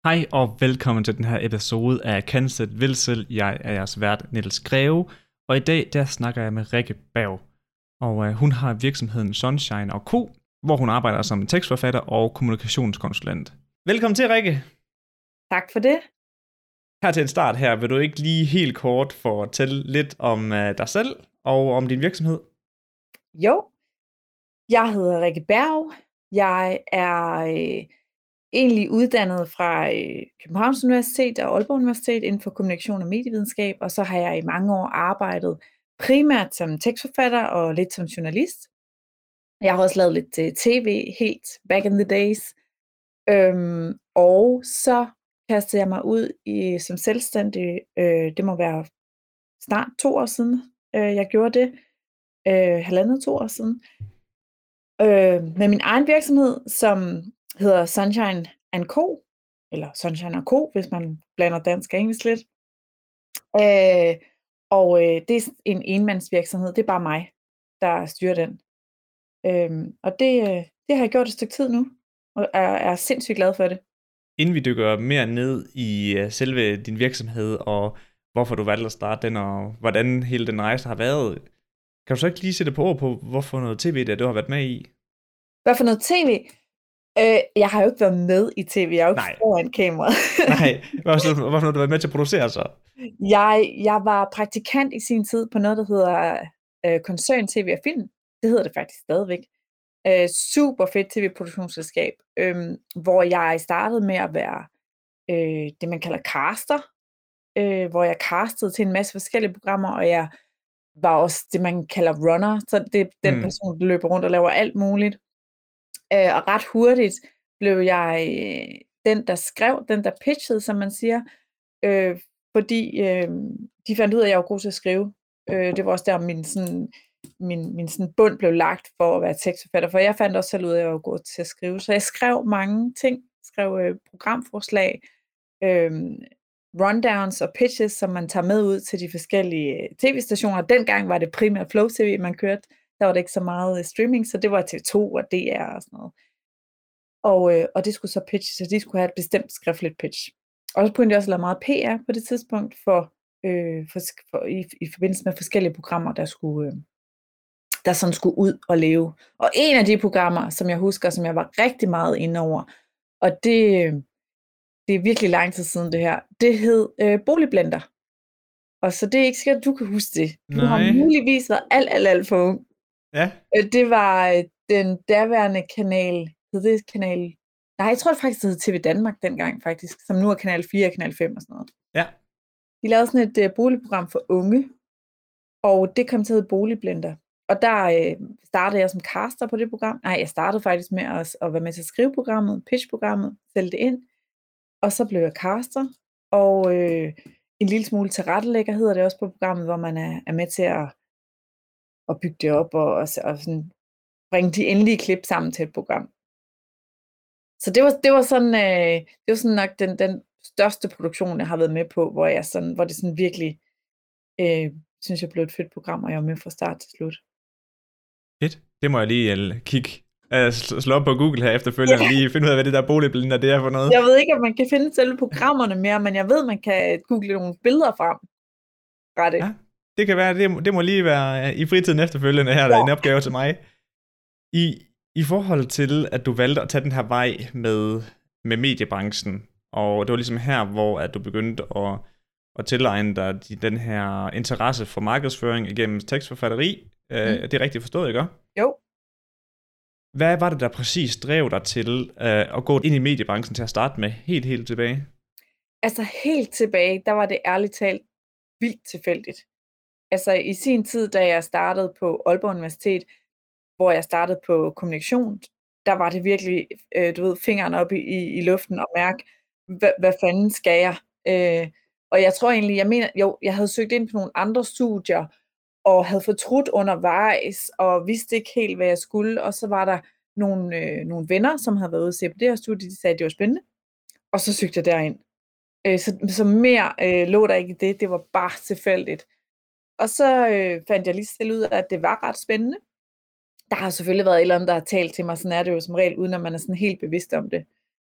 Hej og velkommen til den her episode af Kansat Vilsel. Jeg er jeres vært Niels Greve, og i dag der snakker jeg med Rikke Berg. Og hun har virksomheden Sunshine & Co., hvor hun arbejder som tekstforfatter og kommunikationskonsulent. Velkommen til, Rikke. Tak for det. Her til en start her, vil du ikke lige helt kort fortælle lidt om dig selv og om din virksomhed? Jo, jeg hedder Rikke Berg. Jeg er egentlig uddannet fra Københavns Universitet og Aalborg Universitet inden for kommunikation og medievidenskab, og så har jeg i mange år arbejdet primært som tekstforfatter og lidt som journalist. Jeg har også lavet lidt tv helt back in the days. Og så kastede jeg mig ud som selvstændig. Det må være snart 2 år siden, jeg gjorde det. 1,5-2 år siden. Med min egen virksomhed, som hedder Sunshine & Co., eller Sunshine & Co., hvis man blander dansk og engelsk lidt. Det er en enmandsvirksomhed. Det er bare mig, der styrer den. Og det har jeg gjort et stykke tid nu, og er sindssygt glad for det. Inden vi dykker mere ned i selve din virksomhed, og hvorfor du valgte at starte den, og hvordan hele den rejse har været, kan du så ikke lige sætte på ord på, hvorfor noget tv det er, du har været med i? Hvad for noget tv? Jeg har jo ikke været med i tv, jeg er jo ikke foran kameraet. Nej, hvorfor noget du har været med til at producere så? Jeg var praktikant i sin tid på noget, der hedder Koncern TV og Film. Det hedder det faktisk stadigvæk. Super fedt tv-produktionsselskab, hvor jeg startede med at være det, man kalder caster, hvor jeg castede til en masse forskellige programmer, og jeg var også det, man kalder runner, så det er den person, der løber rundt og laver alt muligt. Og ret hurtigt blev jeg den, der skrev, den, der pitchede, som man siger, fordi de fandt ud af, at jeg var god til at skrive. Det var også der, min sådan bund blev lagt for at være tekstforfatter, for jeg fandt også selv ud af, at jeg var god til at skrive. Så jeg skrev mange ting, skrev programforslag, rundowns og pitches, som man tager med ud til de forskellige tv-stationer. Dengang var det primært Flow TV, man kørte. Der var det ikke så meget streaming, så det var TV2 og DR og sådan noget. Og det skulle så pitche, så de skulle have et bestemt skriftligt pitch. Og så begyndte jeg også at lave meget PR på det tidspunkt i forbindelse med forskellige programmer, der sådan skulle ud og leve. Og en af de programmer, som jeg husker, som jeg var rigtig meget inde over, og det er virkelig lang tid siden det her, det hed Boligblender. Og så det er ikke sikkert, at du kan huske det. Du har muligvis været alt for ung. Ja. Det var den daværende kanal, hed det kanal? Nej, jeg tror det faktisk, det hed TV Danmark dengang faktisk, som nu er kanal 4 og kanal 5 og sådan noget. Ja. De lavede sådan et boligprogram for unge, og det kom til at hedde Boligblender. Og der startede jeg som caster på det program. Nej, jeg startede faktisk med at være med til at skrive programmet, pitch-programmet, sælge det ind. Og så blev jeg caster, og en lille smule tilrettelægger hedder det også på programmet, hvor man er med til at bygge det op og sådan bringe de endelige klip sammen til et program. Så det var sådan nok den største produktion, jeg har været med på, hvor det sådan virkelig synes jeg blev et fedt program, og jeg var med fra start til slut. Fedt. Det må jeg lige kigge. Slå op på Google her efterfølgende og lige finde ud af, hvad det der Boligblender det er for noget. Jeg ved ikke, om man kan finde selve programmerne mere, men jeg ved, man kan google nogle billeder frem. Ja, det kan være, det må lige være i fritiden efterfølgende her, der er en opgave til mig. I forhold til, at du valgte at tage den her vej med mediebranchen, og det var ligesom her, hvor at du begyndte at tilegne dig den her interesse for markedsføring igennem tekstforfatteri. Det er rigtigt forstået, ikke? Jo. Hvad var det, der præcis drev dig til at gå ind i mediebranchen til at starte med helt tilbage? Altså helt tilbage, der var det ærligt talt vildt tilfældigt. Altså i sin tid, da jeg startede på Aalborg Universitet, hvor jeg startede på kommunikation, der var det virkelig, fingeren op i luften og mærke, hvad fanden skal jeg? Og jeg tror egentlig, jeg havde søgt ind på nogle andre studier, og havde fortrudt undervejs, og vidste ikke helt, hvad jeg skulle, og så var der nogle venner, som havde været ude at se på det her studie, de sagde, at det var spændende, og så søgte jeg derind. Så mere lå der ikke i det var bare tilfældigt. Og så fandt jeg lige selv ud af, at det var ret spændende. Der har selvfølgelig været et eller andet, der har talt til mig, sådan er det jo som regel, uden at man er sådan helt bevidst om det.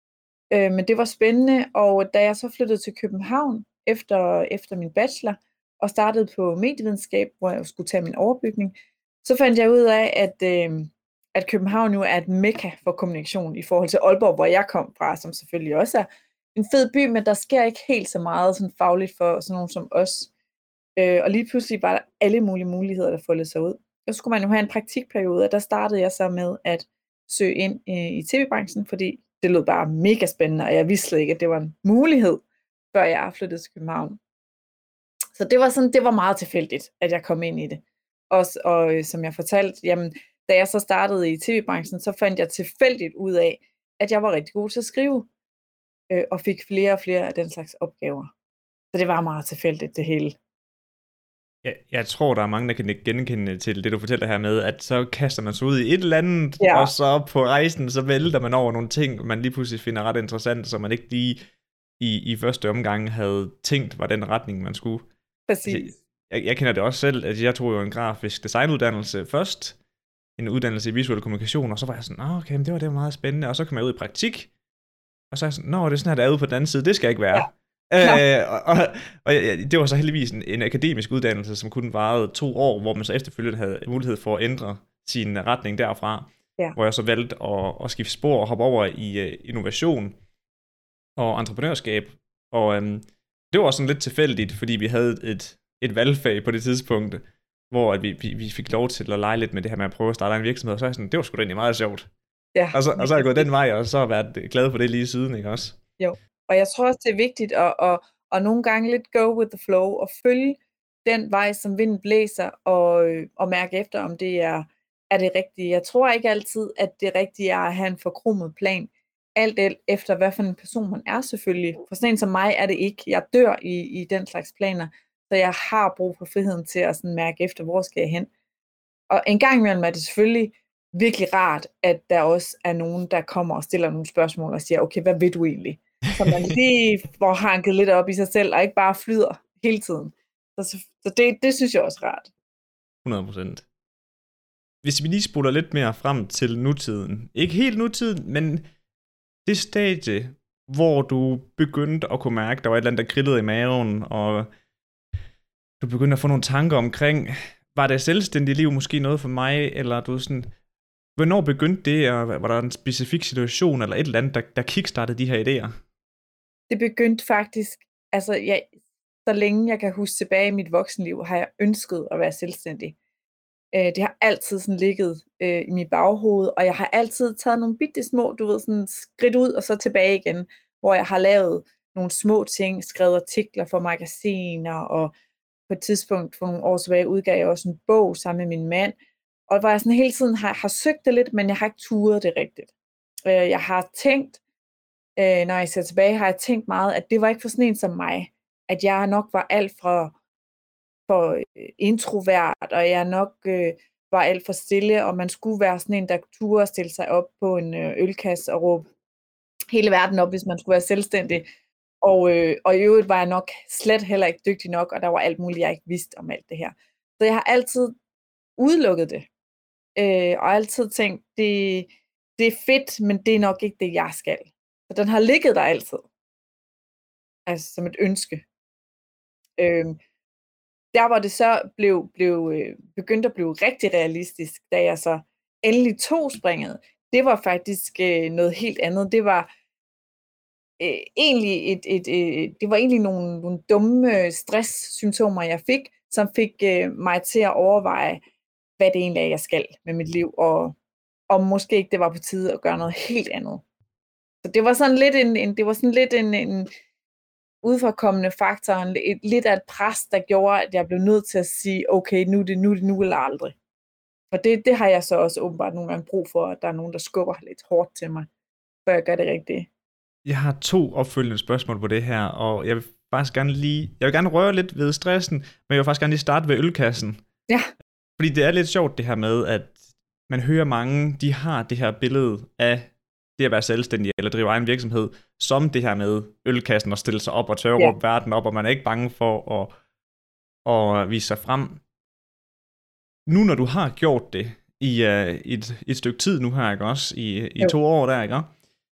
Men det var spændende, og da jeg så flyttede til København efter min bachelor og startede på medievidenskab, hvor jeg skulle tage min overbygning, så fandt jeg ud af, at København nu er et mekka for kommunikation i forhold til Aalborg, hvor jeg kom fra, som selvfølgelig også er en fed by, men der sker ikke helt så meget sådan fagligt for sådan nogen som os. Og lige pludselig var der alle mulige muligheder, der foldede sig ud. Så skulle man jo have en praktikperiode, og der startede jeg så med at søge ind i tv-branchen, fordi det lød bare mega spændende, og jeg vidste slet ikke, at det var en mulighed, før jeg flyttede til København. Så det var meget tilfældigt, at jeg kom ind i det. Og som jeg fortalte, jamen, da jeg så startede i tv-branchen, så fandt jeg tilfældigt ud af, at jeg var rigtig god til at skrive, og fik flere og flere af den slags opgaver. Så det var meget tilfældigt, det hele. Jeg tror, der er mange, der kan genkende til det, du fortæller her med, at så kaster man sig ud i et eller andet, og så på rejsen, så vælter man over nogle ting, man lige pludselig finder ret interessant, så man ikke lige i første omgang havde tænkt, var den retning, man skulle. Præcis. Altså, jeg kender det også selv, at jeg tog jo en grafisk designuddannelse først, en uddannelse i visuel kommunikation, og så var jeg sådan, okay, men det var meget spændende, og så kom jeg ud i praktik, og så er jeg sådan, det er sådan her, der er ude på den anden side, det skal ikke være. Ja. Det var så heldigvis en akademisk uddannelse, som kun varede 2 år, hvor man så efterfølgende havde mulighed for at ændre sin retning derfra, hvor jeg så valgte at skifte spor og hoppe over i innovation og entreprenørskab. Og det var sådan lidt tilfældigt, fordi vi havde et valgfag på det tidspunkt, hvor at vi fik lov til at lege lidt med det her med at prøve at starte en virksomhed, og så er jeg sådan, det var sgu da egentlig meget sjovt. Ja. Og så er jeg gået den vej, og så har jeg været glad for det lige siden, ikke også? Jo. Og jeg tror også, det er vigtigt at nogle gange lidt go with the flow og følge den vej, som vinden blæser, og mærke efter, om det er det rigtige. Jeg tror ikke altid, at det rigtige er at have en forkromet plan. Alt efter, hvad for en person man er selvfølgelig. For sådan en som mig er det ikke. Jeg dør i den slags planer, så jeg har brug for friheden til at sådan mærke efter, hvor skal jeg hen. Og en gang imellem er det selvfølgelig virkelig rart, at der også er nogen, der kommer og stiller nogle spørgsmål og siger, okay, hvad ved du egentlig? Så man lige får hanket lidt op i sig selv, og ikke bare flyder hele tiden. Så det synes jeg også er rart. 100%. Hvis vi lige spoler lidt mere frem til nutiden. Ikke helt nutiden, men det stadie, hvor du begyndte at kunne mærke, der var et eller andet, der krillede i maven, og du begyndte at få nogle tanker omkring, var det selvstændige liv måske noget for mig, eller du sådan, hvornår begyndte det, og var der en specifik situation, eller et eller andet, der kickstartede de her idéer? Det begyndte faktisk, så længe jeg kan huske tilbage i mit voksenliv, har jeg ønsket at være selvstændig. Det har altid sådan ligget i mit baghoved, og jeg har altid taget nogle bitte små, sådan skridt ud og så tilbage igen, hvor jeg har lavet nogle små ting, skrevet artikler for magasiner, og på et tidspunkt for nogle år tilbage udgav jeg også en bog sammen med min mand, og hvor jeg sådan hele tiden har søgt det lidt, men jeg har ikke turet det rigtigt. Jeg har tænkt, når jeg ser tilbage, har jeg tænkt meget, at det var ikke for sådan en som mig, at jeg nok var alt for introvert, og jeg nok var alt for stille, og man skulle være sådan en, der turde at stille sig op på en ølkasse og råbe hele verden op, hvis man skulle være selvstændig. Og i øvrigt var jeg nok slet heller ikke dygtig nok, og der var alt muligt, jeg ikke vidste om alt det her. Så jeg har altid udelukket det, og altid tænkt, det er fedt, men det er nok ikke det, jeg skal. Så den har ligget der altid. Altså som et ønske. Der hvor det så begyndte at blive rigtig realistisk, da jeg så endelig tog springet, det var faktisk noget helt andet. Det var egentlig nogle dumme stresssymptomer, jeg fik, som fik mig til at overveje, hvad det egentlig er, jeg skal med mit liv, og måske ikke det var på tide at gøre noget helt andet. Så det var sådan lidt en udforkommende faktor, lidt af et pres, der gjorde, at jeg blev nødt til at sige, okay, nu er det nu eller aldrig. Og det har jeg så også åbenbart nogle gange brug for, at der er nogen, der skubber lidt hårdt til mig, før jeg gør det rigtigt. Jeg har 2 opfølgende spørgsmål på det her, og jeg vil gerne røre lidt ved stressen, men jeg vil faktisk gerne lige starte ved ølkassen. Ja. Fordi det er lidt sjovt det her med, at man hører mange, de har det her billede af det at være selvstændig eller drive egen virksomhed, som det her med ølkassen og stille sig op og tørre råbe verden op, og man er ikke bange for at vise sig frem. Nu når du har gjort det i et stykke tid nu her, ikke også? I 2 år der, ikke?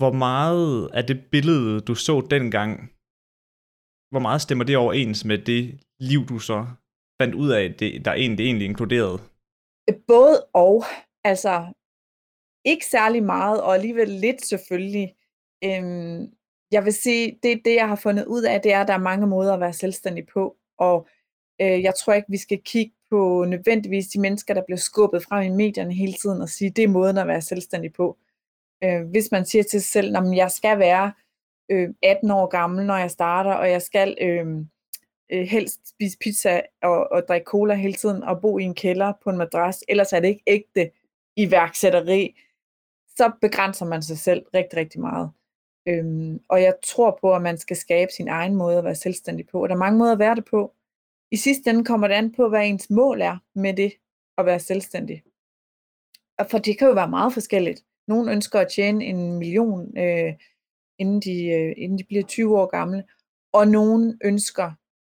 hvor meget af det billede, du så dengang, hvor meget stemmer det overens med det liv, du så fandt ud af, det egentlig inkluderede? Både og. Altså, ikke særlig meget, og alligevel lidt selvfølgelig. Jeg vil sige, det jeg har fundet ud af, det er, at der er mange måder at være selvstændig på, og jeg tror ikke, vi skal kigge på nødvendigvis de mennesker, der bliver skubbet frem i medierne hele tiden, og sige, det er måden at være selvstændig på. Hvis man siger til sig selv, at jeg skal være 18 år gammel, når jeg starter, og jeg skal helst spise pizza og drikke cola hele tiden, og bo i en kælder på en madras, ellers er det ikke ægte iværksætteri, så begrænser man sig selv rigtig, rigtig meget. Og jeg tror på, at man skal skabe sin egen måde at være selvstændig på, og der er mange måder at være det på. I sidste ende kommer det an på, hvad ens mål er med det at være selvstændig. Og for det kan jo være meget forskelligt. Nogle ønsker at tjene 1 million, inden de bliver 20 år gamle, og nogen ønsker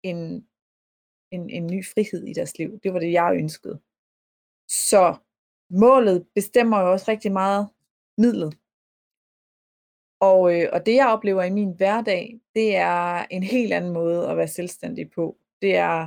en ny frihed i deres liv. Det var det, jeg ønskede. Så målet bestemmer jo også rigtig meget midlet. Og det, jeg oplever i min hverdag, det er en helt anden måde at være selvstændig på. Det er,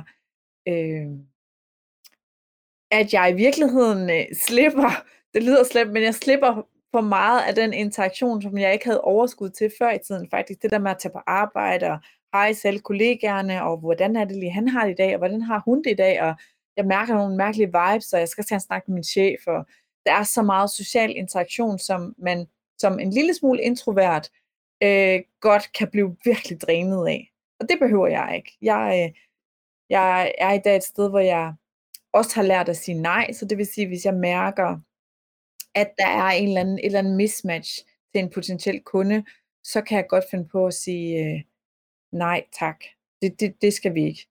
at jeg i virkeligheden slipper, det lyder slemt, men jeg slipper for meget af den interaktion, som jeg ikke havde overskud til før i tiden. Faktisk det der med at tage på arbejde og hejse alle kollegaerne, og hvordan er det lige, han har det i dag, og hvordan har hun det i dag, og jeg mærker nogle mærkelige vibes, og jeg skal til at snakke med min chef, og der er så meget social interaktion, som man som en lille smule introvert godt kan blive virkelig drænet af. Og det behøver jeg ikke. Jeg er i dag et sted, hvor jeg også har lært at sige nej, så det vil sige, hvis jeg mærker, at der er et eller andet mismatch til en potentiel kunde, så kan jeg godt finde på at sige nej tak. Det skal vi ikke.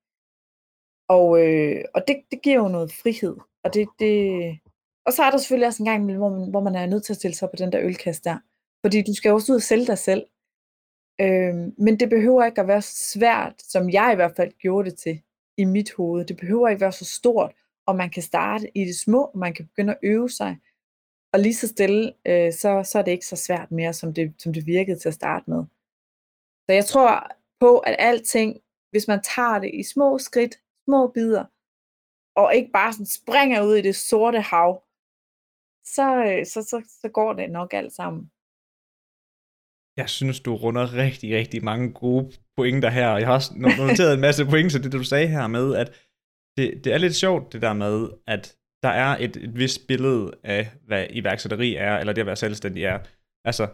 Og det giver jo noget frihed. Og så er der selvfølgelig også en gang imellem, hvor man er nødt til at stille sig på den der ølkasse der. Fordi du skal også ud og sælge dig selv. Men det behøver ikke at være så svært, som jeg i hvert fald gjorde det til i mit hoved. Det behøver ikke være så stort, og man kan starte i det små, og man kan begynde at øve sig. Og lige så stille, så er det ikke så svært mere, som det virkede til at starte med. Så jeg tror på, at alting, hvis man tager det i små skridt, små bidder, og ikke bare sådan springer ud i det sorte hav, så går det nok alt sammen. Jeg synes, du runder rigtig, rigtig mange gode pointer her, og jeg har også noteret en masse pointer til det, du sagde her med, at det er lidt sjovt, det der med, at der er et vist billede af, hvad iværksætteri er, eller det at være selvstændig er. Altså,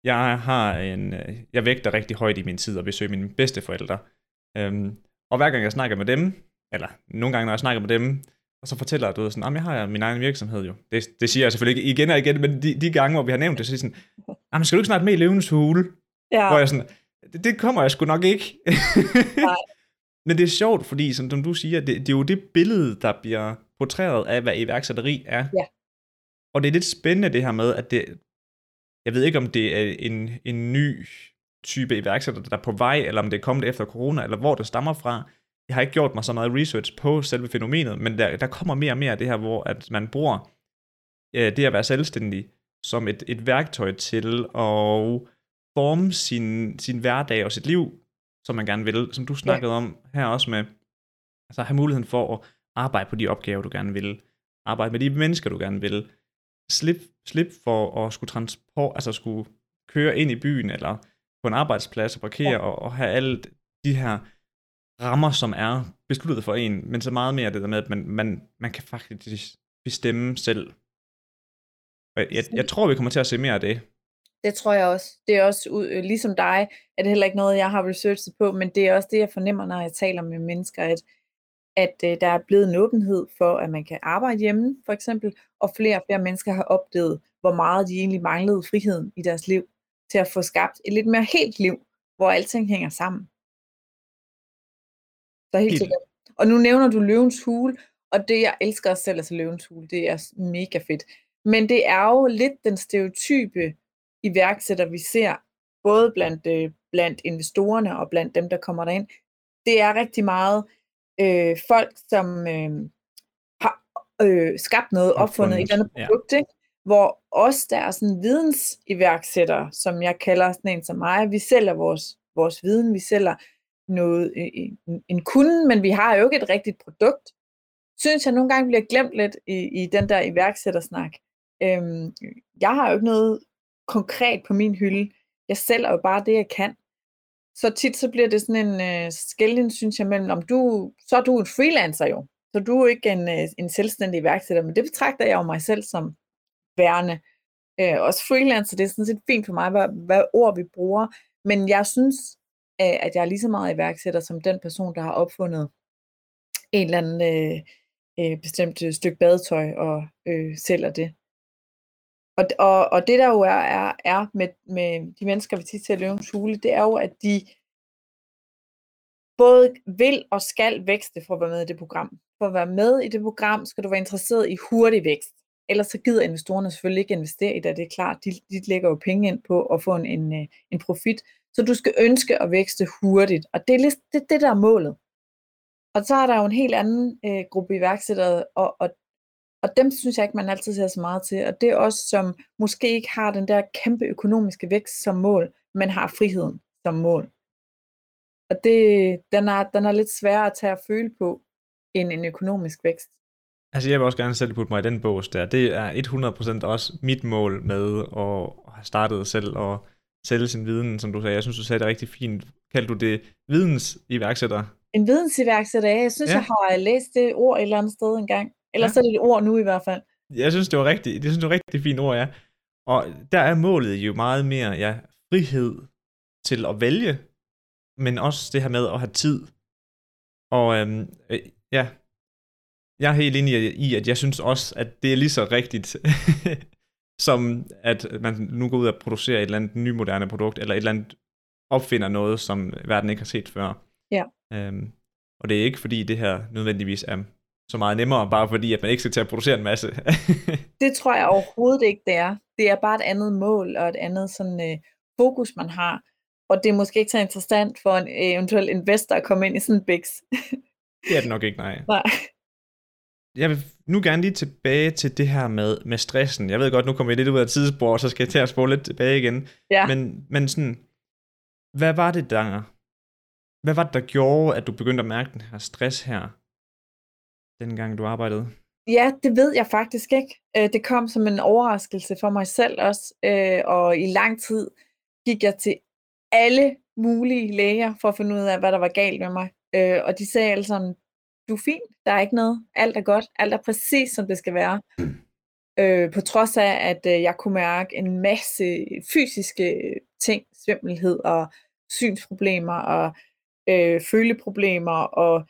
jeg vægter rigtig højt i min tid at besøge mine bedsteforældre. Og hver gang jeg snakker med dem, eller nogle gange, når jeg snakker med dem, og så fortæller du sådan, jeg har min egen virksomhed jo. Det siger jeg selvfølgelig ikke igen og igen, men de gange, hvor vi har nævnt det, så siger sådan, skal du ikke snart med i Løvens Hule? Ja. Hvor jeg sådan, det kommer jeg sgu nok ikke. Nej. Men det er sjovt, fordi som du siger, det er jo det billede, der bliver portrætteret af, hvad iværksætteri er. Ja. Og det er lidt spændende det her med, at jeg ved ikke, om det er en ny type iværksætter, der er på vej, eller om det er kommet efter corona, eller hvor det stammer fra. Jeg har ikke gjort mig så meget research på selve fænomenet, men der kommer mere og mere af det her, hvor at man bruger det at være selvstændig som et værktøj til at forme sin hverdag og sit liv, som man gerne vil, som du snakkede om her også med, altså have muligheden for at arbejde på de opgaver, du gerne vil, arbejde med de mennesker, du gerne vil, slip for at skulle køre ind i byen, eller på en arbejdsplads og parkere, og have alle de her rammer, som er besluttet for en, men så meget mere det der med, at man kan faktisk bestemme selv. Jeg tror, vi kommer til at se mere af det. Det tror jeg også. Det er også, ligesom dig, er det heller ikke noget, jeg har researchet på, men det er også det, jeg fornemmer, når jeg taler med mennesker, at der er blevet en åbenhed for, at man kan arbejde hjemme, for eksempel, og flere mennesker har oplevet, hvor meget de egentlig manglede friheden i deres liv, til at få skabt et lidt mere helt liv, hvor alting hænger sammen. Så helt sikkert. Og nu nævner du Løvens Hule, og det, jeg elsker også selv, altså Løvens Hule, det er mega fedt. Men det er jo lidt den stereotype iværksætter, vi ser, både blandt investorerne og blandt dem, der kommer derind. Det er rigtig meget folk, som har skabt noget, opfundet et eller andet produkt, ikke? hvor os, der er sådan vidensiværksættere, som jeg kalder sådan en som mig, vi sælger vores viden, vi sælger en kunde, men vi har jo ikke et rigtigt produkt, synes jeg nogle gange bliver glemt lidt i den der iværksættersnak. Jeg har jo ikke noget konkret på min hylde. Jeg sælger jo bare det, jeg kan. Så tit så bliver det sådan en skelnen, synes jeg, mellem så er du en freelancer jo. Så du er ikke en selvstændig iværksætter, men det betragter jeg jo mig selv som værende. Også freelancer, det er sådan set fint for mig, hvad ord vi bruger, men jeg synes, at jeg er lige så meget iværksætter som den person, der har opfundet en eller anden bestemt stykke badetøj og sælger det. Og det der jo er med de mennesker, vi tit ser i Løvens Hule, det er jo, at de både vil og skal vækste for at være med i det program. For at være med i det program, skal du være interesseret i hurtig vækst. Ellers så gider investorerne selvfølgelig ikke investere i det, det er klart. De lægger jo penge ind på at få en profit. Så du skal ønske at vækste hurtigt, og det er det, der er målet. Og så er der jo en helt anden gruppe iværksættere, og dem synes jeg ikke, man altid ser så meget til. Og det er også, som måske ikke har den der kæmpe økonomiske vækst som mål, men har friheden som mål. Og den er lidt sværere at tage at føle på, end en økonomisk vækst. Altså jeg vil også gerne selv putte mig i den bås der. Det er 100% også mit mål med at have startet selv og sælge sin viden, som du sagde. Jeg synes, du sagde det rigtig fint. Kaldte du det vidensiværksætter? En vidensiværksætter, jeg synes, jeg har læst det ord et eller andet sted engang. Ellers er det et ord nu i hvert fald. Jeg synes, det var rigtig fint ord, ja. Og der er målet jo meget mere, frihed til at vælge, men også det her med at have tid. Og jeg er helt enig i, at jeg synes også, at det er lige så rigtigt, som at man nu går ud og producerer et eller andet nymoderne produkt, eller et eller andet opfinder noget, som verden ikke har set før. Ja. Og det er ikke fordi det her nødvendigvis er så meget nemmere, bare fordi at man ikke skal til at producere en masse. Det tror jeg overhovedet ikke, det er. Det er bare et andet mål, og et andet sådan, fokus, man har. Og det er måske ikke så interessant for en eventuel investor at komme ind i sådan en biks. Det er det nok ikke, nej. Nej. Jeg vil nu gerne lige tilbage til det her med stressen. Jeg ved godt, nu kommer vi lidt ud af tidsspor, så skal jeg til at spole lidt tilbage igen. Ja. Men sådan, hvad var det, der gjorde, at du begyndte at mærke den her stress her, dengang du arbejdede? Ja, det ved jeg faktisk ikke. Det kom som en overraskelse for mig selv også, og i lang tid gik jeg til alle mulige læger for at finde ud af, hvad der var galt med mig. Og de sagde alle sammen, du er fin, der er ikke noget, alt er godt, alt er præcis som det skal være. På trods af, at jeg kunne mærke en masse fysiske ting, svimmelhed og synsproblemer og føleproblemer og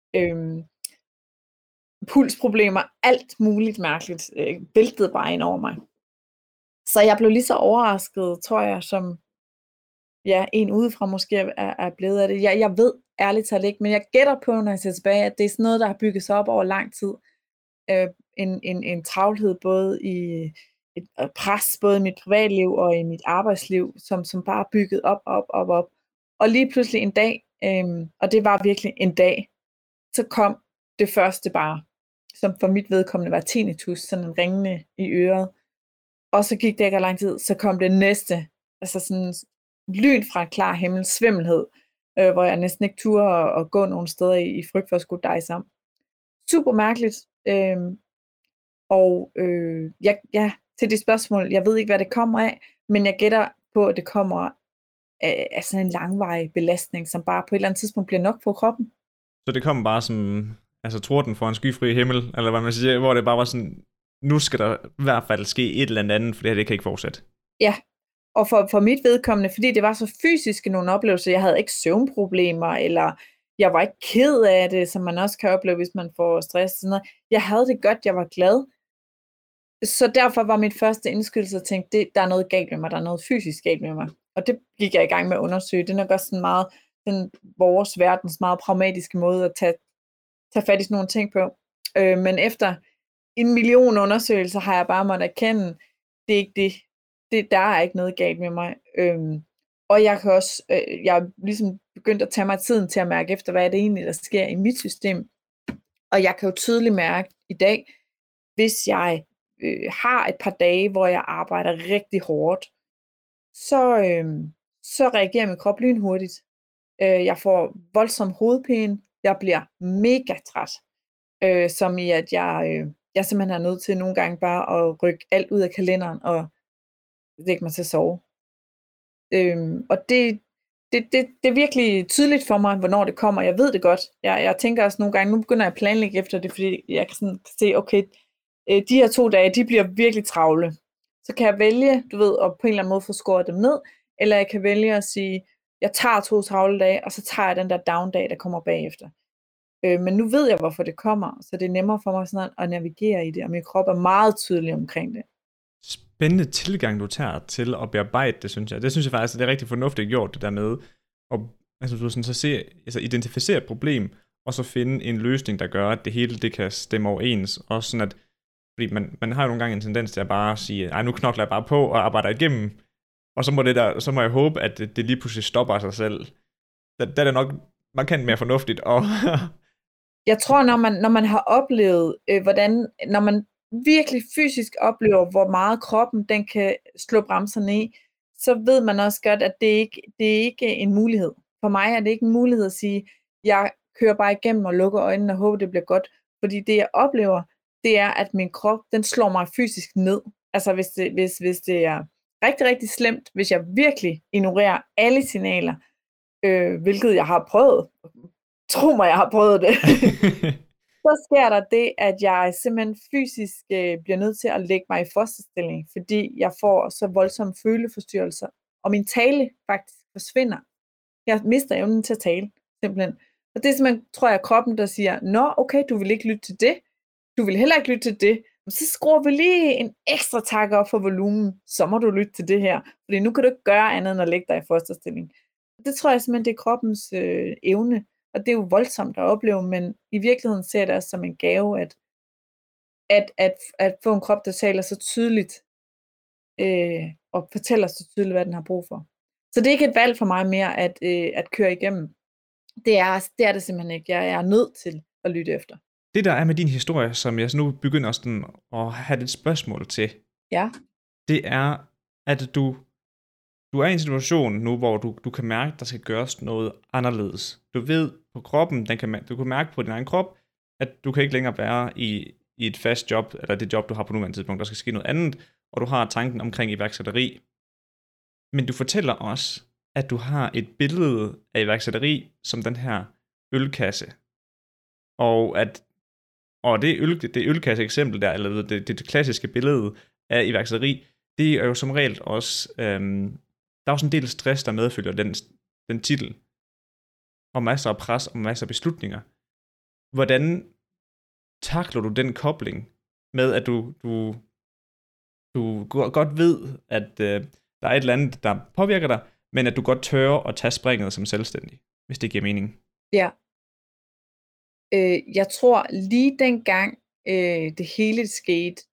pulsproblemer, alt muligt mærkeligt, væltede bare ind over mig. Så jeg blev lige så overrasket, tror jeg, som en udefra måske er blevet af det. Jeg ved ærligt talt ikke, men jeg gætter på, når jeg ser tilbage, at det er sådan noget, der har bygget sig op over lang tid. En travlhed både i et pres, både i mit privatliv og i mit arbejdsliv, som bare bygget op. Og lige pludselig en dag, og det var virkelig en dag, så kom det første bare, som for mit vedkommende var tinnitus, sådan en ringende i øret. Og så gik det ikke lang tid, så kom det næste, altså sådan lyn fra en klar himmel, svimmelhed, hvor jeg næsten ikke turde at gå nogle steder i frygt for at skulle die sammen. Super mærkeligt. Til de spørgsmål, jeg ved ikke, hvad det kommer af, men jeg gætter på, at det kommer af sådan en langvarig belastning, som bare på et eller andet tidspunkt bliver nok på kroppen. Så det kommer bare som torden for en skyfri himmel, eller hvad man siger, hvor det bare var sådan, nu skal der i hvert fald ske et eller andet, for det her det kan ikke fortsætte. Ja, og for mit vedkommende, fordi det var så fysiske nogle oplevelser, jeg havde ikke søvnproblemer, eller jeg var ikke ked af det, som man også kan opleve, hvis man får stress. Sådan noget. Jeg havde det godt, jeg var glad. Så derfor var mit første indskydelse at tænke, der er noget galt med mig, der er noget fysisk galt med mig. Og det gik jeg i gang med at undersøge. Det er nok også sådan meget vores verdens meget pragmatiske måde at tage fat i sådan nogle ting på. Men efter 1 million undersøgelser har jeg bare måttet erkende, det er ikke det. Der er ikke noget galt med mig. Og jeg kan også, jeg er ligesom begyndt at tage mig tiden til at mærke efter, hvad er det egentlig, der sker i mit system. Og jeg kan jo tydeligt mærke i dag, hvis jeg har et par dage, hvor jeg arbejder rigtig hårdt, så reagerer min krop lynhurtigt. Jeg får voldsom hovedpine, jeg bliver mega træt, som i at jeg simpelthen er nødt til nogle gange bare at rykke alt ud af kalenderen og lægge mig til at sove. Og det er virkelig tydeligt for mig, hvornår det kommer. Jeg ved det godt. Jeg tænker også nogle gange, nu begynder jeg at planlægge efter det, fordi jeg kan sådan se, okay, de her 2 dage, de bliver virkelig travle. Så kan jeg vælge, du ved, at på en eller anden måde få skåret dem ned, eller jeg kan vælge at sige, jeg tager 2 travle dage, og så tager jeg den der down-dag, der kommer bagefter. Men nu ved jeg, hvorfor det kommer, så det er nemmere for mig sådan at navigere i det, og min krop er meget tydelig omkring det. Spændende tilgang, du tager til at bearbejde det, synes jeg. Det synes jeg faktisk, det er rigtig fornuftigt gjort, det der med at du sådan, så identificere et problem, og så finde en løsning, der gør, at det hele det kan stemme overens. Også sådan at, fordi man har jo nogle gange en tendens til at bare sige, ej, nu knokler jeg bare på og arbejder igennem, og så må jeg håbe, at det lige pludselig stopper af sig selv. Der er det nok markant mere fornuftigt. Og jeg tror, når man har oplevet, når man virkelig fysisk oplever, hvor meget kroppen den kan slå bremserne i, så ved man også godt, at det er ikke en mulighed. For mig er det ikke en mulighed at sige, jeg kører bare igennem og lukker øjnene og håber, det bliver godt. Fordi det, jeg oplever, det er, at min krop, den slår mig fysisk ned. Altså hvis det er rigtig, rigtig slemt, hvis jeg virkelig ignorerer alle signaler, hvilket jeg har prøvet. Tro mig, jeg har prøvet det. Så sker der det, at jeg simpelthen fysisk bliver nødt til at lægge mig i fosterstilling, fordi jeg får så voldsomme føleforstyrrelser, og min tale faktisk forsvinder. Jeg mister evnen til at tale, simpelthen. Og det er simpelthen, tror jeg, kroppen, der siger, nå, okay, du vil ikke lytte til det, du vil heller ikke lytte til det, så skruer vi lige en ekstra tak op for volumen, så må du lytte til det her, fordi nu kan du ikke gøre andet end at lægge dig i fosterstilling. Det tror jeg simpelthen, det er kroppens evne. Og det er jo voldsomt at opleve, men i virkeligheden ser jeg det også som en gave, at få en krop, der taler så tydeligt, og fortæller så tydeligt, hvad den har brug for. Så det er ikke et valg for mig mere, at køre igennem. Det er det simpelthen ikke. Jeg er nødt til at lytte efter. Det der er med din historie, som jeg nu begynder sådan at have et spørgsmål til, ja. Det er, at du er i en situation nu, hvor du kan mærke, at der skal gøres noget anderledes. Du ved på kroppen, du kan mærke på din egen krop, at du kan ikke længere være i et fast job, eller det job, du har på nuværende tidspunkt. Der skal ske noget andet, og du har tanken omkring iværksætteri. Men du fortæller også, at du har et billede af iværksætteri som den her ølkasse. Og det ølkasse eksempel der, eller det klassiske billede af iværksætteri, det er jo som regel også, der er også en del stress, der medfølger den titel, og masser af pres og masser af beslutninger. Hvordan takler du den kobling med, at du godt ved, at der er et eller andet, der påvirker dig, men at du godt tør at tage springet som selvstændig, hvis det giver mening? Ja. Jeg tror lige dengang det hele skete,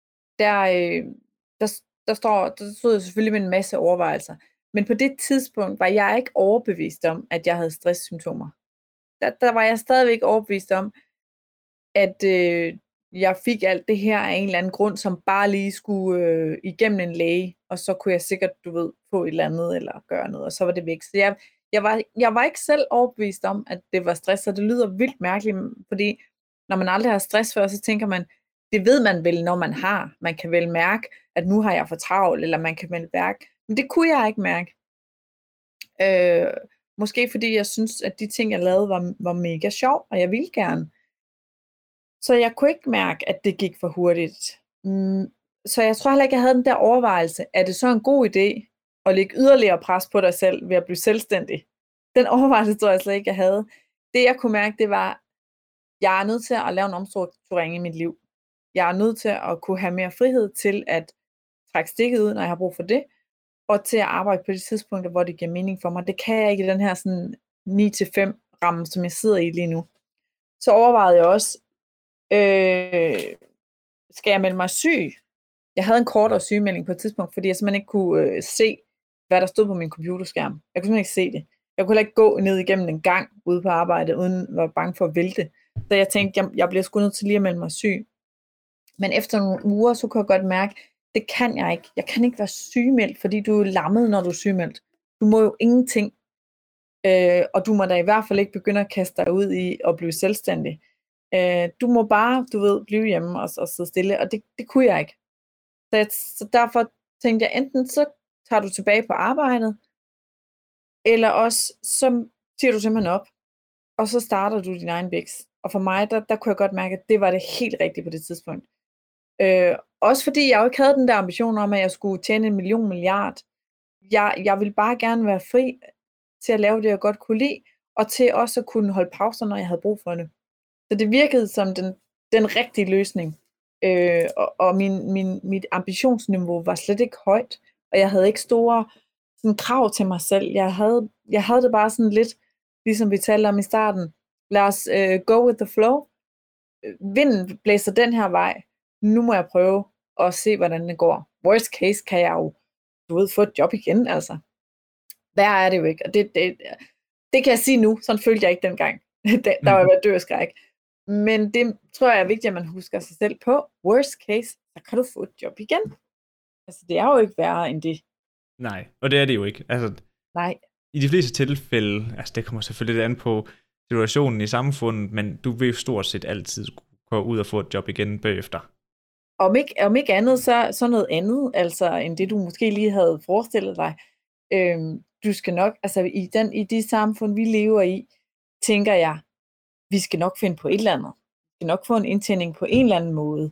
der stod jeg selvfølgelig med en masse overvejelser. Men på det tidspunkt var jeg ikke overbevist om, at jeg havde stresssymptomer. Der var jeg stadigvæk overbevist om, at jeg fik alt det her af en eller anden grund, som bare lige skulle igennem en læge, og så kunne jeg sikkert, få et eller andet, eller gøre noget, og så var det væk. Så jeg var ikke selv overbevist om, at det var stress, og det lyder vildt mærkeligt, fordi når man aldrig har stress før, så tænker man, det ved man vel, når man har. Man kan vel mærke, at nu har jeg for travlt, eller man kan vel mærke. Men det kunne jeg ikke mærke. Måske fordi jeg synes, at de ting, jeg lavede, var mega sjov, og jeg ville gerne. Så jeg kunne ikke mærke, at det gik for hurtigt. Så jeg tror heller ikke, jeg havde den der overvejelse. Er det så en god idé at lægge yderligere pres på dig selv ved at blive selvstændig? Den overvejelse tror jeg slet ikke, jeg havde. Det jeg kunne mærke, det var, jeg er nødt til at lave en omstrukturering i mit liv. Jeg er nødt til at kunne have mere frihed til at trække stikket ud, når jeg har brug for det, og til at arbejde på de tidspunkter, hvor det giver mening for mig. Det kan jeg ikke i den her sådan 9-5 ramme, som jeg sidder i lige nu. Så overvejede jeg også, skal jeg melde mig syg? Jeg havde en kortere sygemelding på et tidspunkt, fordi jeg simpelthen ikke kunne se, hvad der stod på min computerskærm. Jeg kunne simpelthen ikke se det. Jeg kunne heller ikke gå ned igennem en gang ude på arbejde, uden at være bange for at vælte. Så jeg tænkte, jeg bliver sgu nødt til lige at melde mig syg. Men efter nogle uger, så kunne jeg godt mærke, det kan jeg ikke. Jeg kan ikke være sygemeldt, fordi du er lammet, når du er sygemeldt. Du må jo ingenting. Og du må da i hvert fald ikke begynde at kaste dig ud i at blive selvstændig. Du må bare, blive hjemme og sidde stille, og det kunne jeg ikke. Så derfor tænkte jeg, enten så tager du tilbage på arbejdet, eller også så siger du simpelthen op, og så starter du din egen biks. Og for mig, der kunne jeg godt mærke, at det var det helt rigtige på det tidspunkt. Også fordi jeg jo ikke havde den der ambition om, at jeg skulle tjene 1 milliard. Jeg ville bare gerne være fri til at lave det, jeg godt kunne lide, og til også at kunne holde pauser, når jeg havde brug for det. Så det virkede som den rigtige løsning. Og mit ambitionsniveau var slet ikke højt, og jeg havde ikke store sådan, krav til mig selv. Jeg havde det bare sådan lidt, ligesom vi talte om i starten. Lad os go with the flow. Vinden blæser den her vej. Nu må jeg prøve at se, hvordan det går. Worst case kan jeg jo, få et job igen, altså. Værre er det jo ikke. Og det kan jeg sige nu. Sådan følte jeg ikke dengang. Der var jeg ved at dø af skræk. Men det tror jeg er vigtigt, at man husker sig selv på. Worst case, så kan du få et job igen. Altså, det er jo ikke værre end det. Nej, og det er det jo ikke. Altså, nej. I de fleste tilfælde, altså det kommer selvfølgelig lidt an på situationen i samfundet, men du vil jo stort set altid gå ud og få et job igen bagefter. Om ikke andet, så noget andet, altså end det du måske lige havde forestillet dig. Du skal nok, altså i de samfund, vi lever i, tænker jeg, vi skal nok finde på et eller andet. Vi skal nok få en indtjening på en eller anden måde.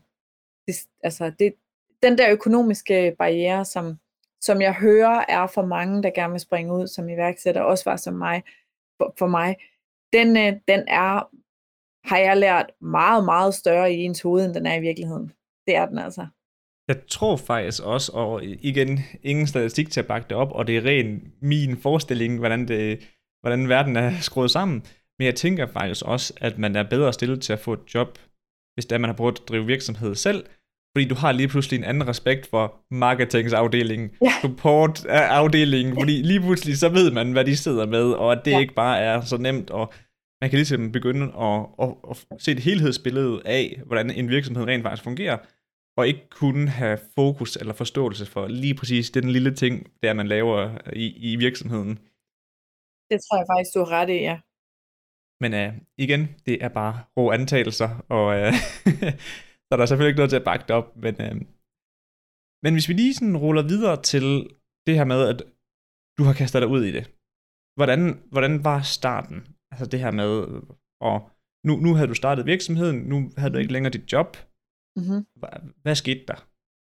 Den der økonomiske barriere, som jeg hører er for mange, der gerne vil springe ud som iværksætter, også var som mig, for mig, den har jeg lært meget, meget større i ens hoved, end den er i virkeligheden. Det er den altså. Jeg tror faktisk også, og igen, ingen statistik til at bakke det op, og det er ren min forestilling, hvordan verden er skruet sammen. Men jeg tænker faktisk også, at man er bedre stillet til at få et job, hvis det er, man har prøvet at drive virksomhed selv, fordi du har lige pludselig en anden respekt for marketingsafdelingen, supportafdelingen, fordi lige pludselig så ved man, hvad de sidder med, og at det ikke bare er så nemt, og man kan ligesom begynde at se et helhedsbillede af, hvordan en virksomhed rent faktisk fungerer, og ikke kun have fokus eller forståelse for lige præcis den lille ting, der man laver i virksomheden. Det tror jeg faktisk, du har ret i, ja. Men igen, det er bare rå antagelser, og så der er selvfølgelig ikke noget til at bakke det op, men hvis vi lige sådan ruller videre til det her med, at du har kastet dig ud i det. Hvordan var starten? Altså det her med, og nu havde du startet virksomheden, nu havde du ikke længere dit job. Mm-hmm. Hvad skete der?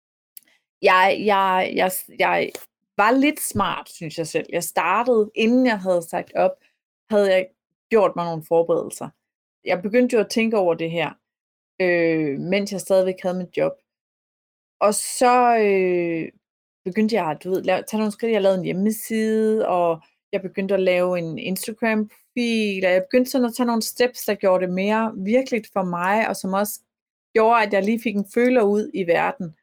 Jeg var lidt smart, synes jeg selv. Jeg startede, inden jeg havde sagt op, havde jeg gjort mig nogle forberedelser. Jeg begyndte jo at tænke over det her, mens jeg stadigvæk havde mit job. Og så begyndte jeg at tage nogle skridt. Jeg lavede en hjemmeside, og jeg begyndte at lave en Instagram-profil, og jeg begyndte sådan at tage nogle steps, der gjorde det mere virkeligt for mig, og som også gjorde, at jeg lige fik en føler ud i verden.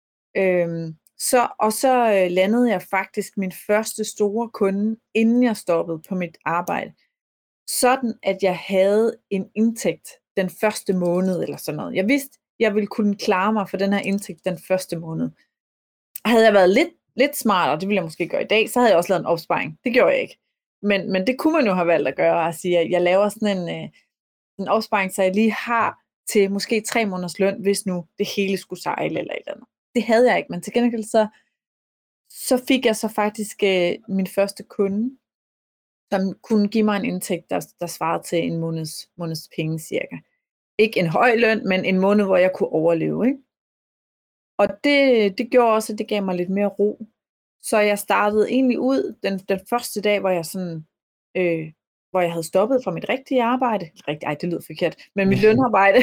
Så landede jeg faktisk min første store kunde, inden jeg stoppede på mit arbejde. Sådan, at jeg havde en indtægt den første måned, eller sådan noget. Jeg vidste, jeg ville kunne klare mig for den her indtægt den første måned. Havde jeg været lidt smartere, det ville jeg måske gøre i dag, så havde jeg også lavet en opsparing. Det gjorde jeg ikke. Men det kunne man jo have valgt at gøre, at sige, at jeg laver sådan en opsparing, så jeg lige har til måske 3 måneders løn, hvis nu det hele skulle sejle eller et eller andet. Det havde jeg ikke, men til gengæld så fik jeg så faktisk min første kunde, som kunne give mig en indtægt, der svarede til en måneds penge cirka. Ikke en høj løn, men en måned, hvor jeg kunne overleve. Ikke? Og det gjorde også, at det gav mig lidt mere ro. Så jeg startede egentlig ud den første dag, hvor jeg sådan, hvor jeg havde stoppet fra mit rigtige arbejde. Det lyder forkert, men mit lønarbejde.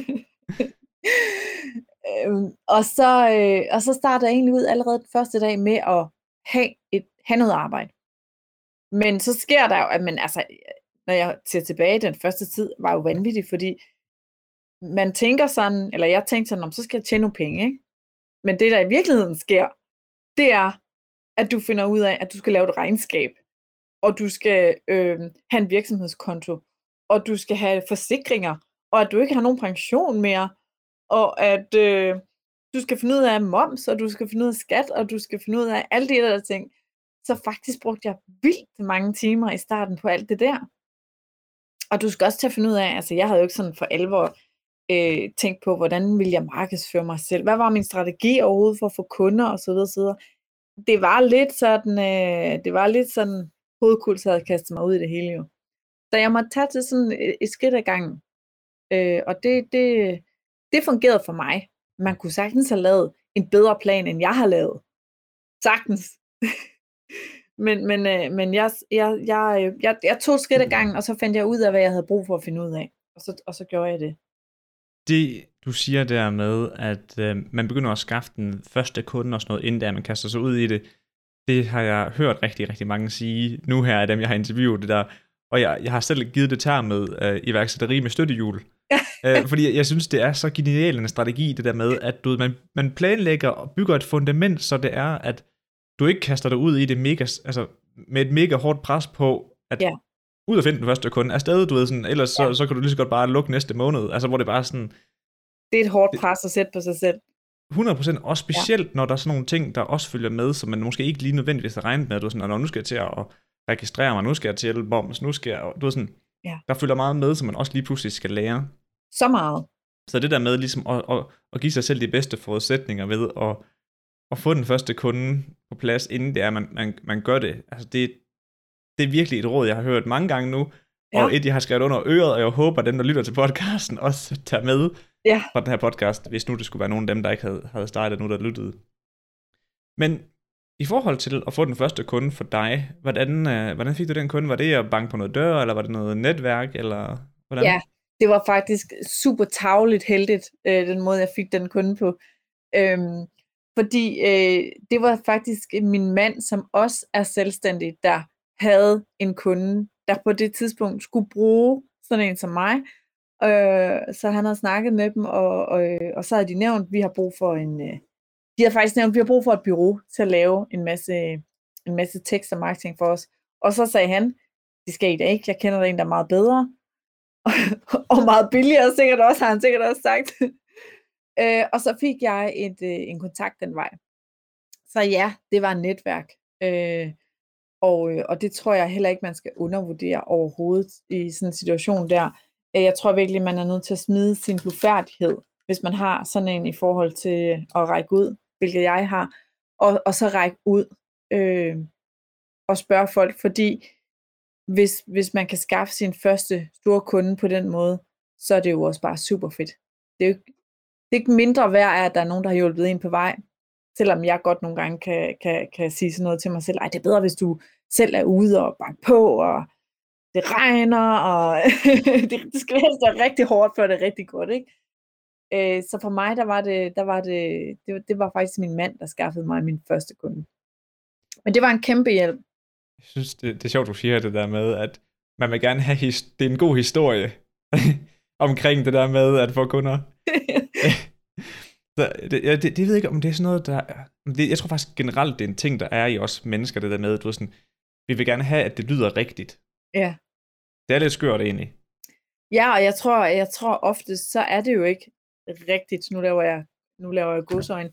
Og så startede jeg egentlig ud allerede den første dag med at have noget arbejde. Men så sker der jo, at når jeg ser tilbage, den første tid var jo vanvittig, fordi man tænker sådan, eller jeg tænkte sådan, så skal jeg tjene nogle penge, ikke? Men det, der i virkeligheden sker, det er, at du finder ud af, at du skal lave et regnskab, og du skal have en virksomhedskonto, og du skal have forsikringer, og at du ikke har nogen pension mere, og at du skal finde ud af moms, og du skal finde ud af skat, og du skal finde ud af alle de der ting. Så faktisk brugte jeg vildt mange timer i starten på alt det der. Og du skal også til at finde ud af, altså jeg havde jo ikke sådan for alvor tænkt på, hvordan ville jeg markedsføre mig selv? Hvad var min strategi overhovedet for at få kunder og så videre, så videre. Det var lidt sådan hovedkuls havde kastet mig ud i det hele jo. Så jeg måtte tage til sådan et skridt ad gangen. Og det fungerede for mig. Man kunne sagtens have lavet en bedre plan, end jeg har lavet. Sagtens. men jeg tog et skridt ad gangen, og så fandt jeg ud af, hvad jeg havde brug for at finde ud af. Og så gjorde jeg det. Det, du siger der med, at man begynder at skaffe den første kunde og sådan noget, inden der man kaster sig ud i det, det har jeg hørt rigtig, rigtig mange sige nu her af dem, jeg har interviewet det der. Og jeg har selv givet det termet iværksætteri med støttehjul. Fordi jeg synes, det er så genial en strategi, det der med, at man planlægger og bygger et fundament, så det er, at du ikke kaster dig ud i det med et mega hårdt pres på, at ud at finde den første kunde. Afsted, du ved sådan, ellers så kan du lige så godt bare lukke næste måned. Altså, hvor det bare sådan... Det er et hårdt pres at sætte på sig selv. 100%, og specielt når der er sådan nogle ting, der også følger med, som man måske ikke lige nødvendigvis har regnet med, at du er sådan, nu skal jeg til at registrere mig, nu skal jeg til moms, nu skal jeg, du ved sådan, der følger meget med, som man også lige pludselig skal lære. Så meget. Så det der med ligesom at give sig selv de bedste forudsætninger ved at få den første kunde på plads, inden det er, man gør det. Altså det er virkelig et råd, jeg har hørt mange gange nu, og jeg har skrevet under øret, og jeg håber, at dem, der lytter til podcasten, også tager med fra den her podcast, hvis nu det skulle være nogen af dem, der ikke havde startet nu, der lyttede. Men i forhold til at få den første kunde for dig, hvordan fik du den kunde? Var det at banke på noget dør, eller var det noget netværk, eller hvordan? Ja, det var faktisk super tarveligt heldigt, den måde, jeg fik den kunde på. Fordi det var faktisk min mand, som også er selvstændig, der havde en kunde, der på det tidspunkt skulle bruge sådan en som mig. Så han havde snakket med dem, og så havde de nævnt, vi har brug for de havde faktisk nævnt, vi har brug for et bureau til at lave en masse tekst og marketing for os. Og så sagde han, det skal I da ikke, jeg kender der en, der er meget bedre, og meget billigere, sikkert også, har han sikkert også sagt. Og så fik jeg en kontakt den vej. Så ja, det var et netværk. Og det tror jeg heller ikke, man skal undervurdere overhovedet i sådan en situation der. Jeg tror virkelig, man er nødt til at smide sin blufærdighed, hvis man har sådan en i forhold til at række ud, hvilket jeg har, og så række ud og spørge folk, fordi hvis man kan skaffe sin første store kunde på den måde, så er det jo også bare super fedt. Det er ikke mindre værd af, at der er nogen, der har hjulpet en på vej, selvom jeg godt nogle gange kan sige sådan noget til mig selv, det er bedre, hvis du selv er ude og banke på, og det regner, og det skal helst være rigtig hårdt, før det er rigtig godt, ikke? Så for mig, det var faktisk min mand, der skaffede mig min første kunde. Men det var en kæmpe hjælp. Jeg synes, det er sjovt, du siger det der med, at man vil gerne have, det er en god historie omkring det der med at få kunder. Det ved jeg ikke, om det er sådan noget, jeg tror faktisk generelt, det er en ting, der er i os mennesker, det der med, du er sådan, vi vil gerne have, at det lyder rigtigt. Ja. Det er lidt skørt egentlig. Ja, og jeg tror ofte, så er det jo ikke rigtigt. Nu laver jeg godsøjne.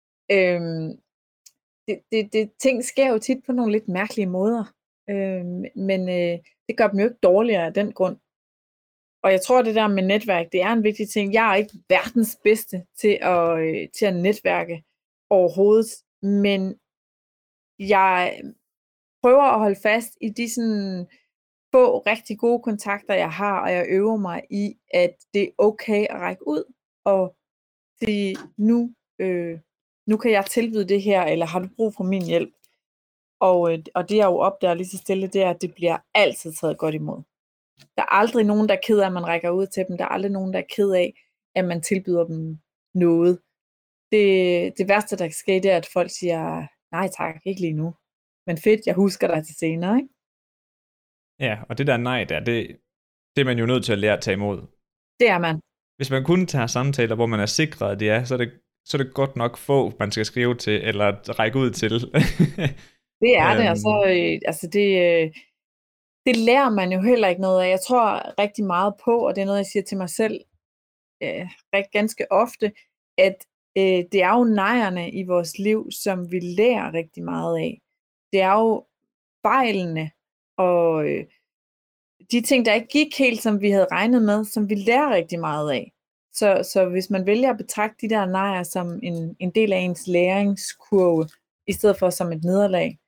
Ting sker jo tit på nogle lidt mærkelige måder. Men det gør dem jo ikke dårligere af den grund. Og jeg tror, det der med netværk, det er en vigtig ting. Jeg er ikke verdens bedste til at netværke overhovedet, men jeg prøver at holde fast i de sådan få rigtig gode kontakter, jeg har, og jeg øver mig i, at det er okay at række ud og sige, nu kan jeg tilbyde det her, eller har du brug for min hjælp? Og det jeg jo opdager lige så stille, det er, at det bliver altid taget godt imod. Der er aldrig nogen, der er ked af, at man rækker ud til dem. Der er aldrig nogen, der er ked af, at man tilbyder dem noget. Det værste, der kan ske, det er, at folk siger, nej tak, ikke lige nu. Men fedt, jeg husker dig til senere, ikke? Ja, og det der nej der, det er man jo nødt til at lære at tage imod. Det er man. Hvis man kun tager samtaler, hvor man er sikret, at det er, så er det godt nok få, man skal skrive til, eller række ud til. Det er det, og så det lærer man jo heller ikke noget af. Jeg tror rigtig meget på, og det er noget, jeg siger til mig selv, ganske ofte, at det er jo nejerne i vores liv, som vi lærer rigtig meget af. Det er jo fejlene og de ting, der ikke gik helt, som vi havde regnet med, som vi lærer rigtig meget af. Så hvis man vælger at betragte de der nejer som en del af ens læringskurve, i stedet for som et nederlag,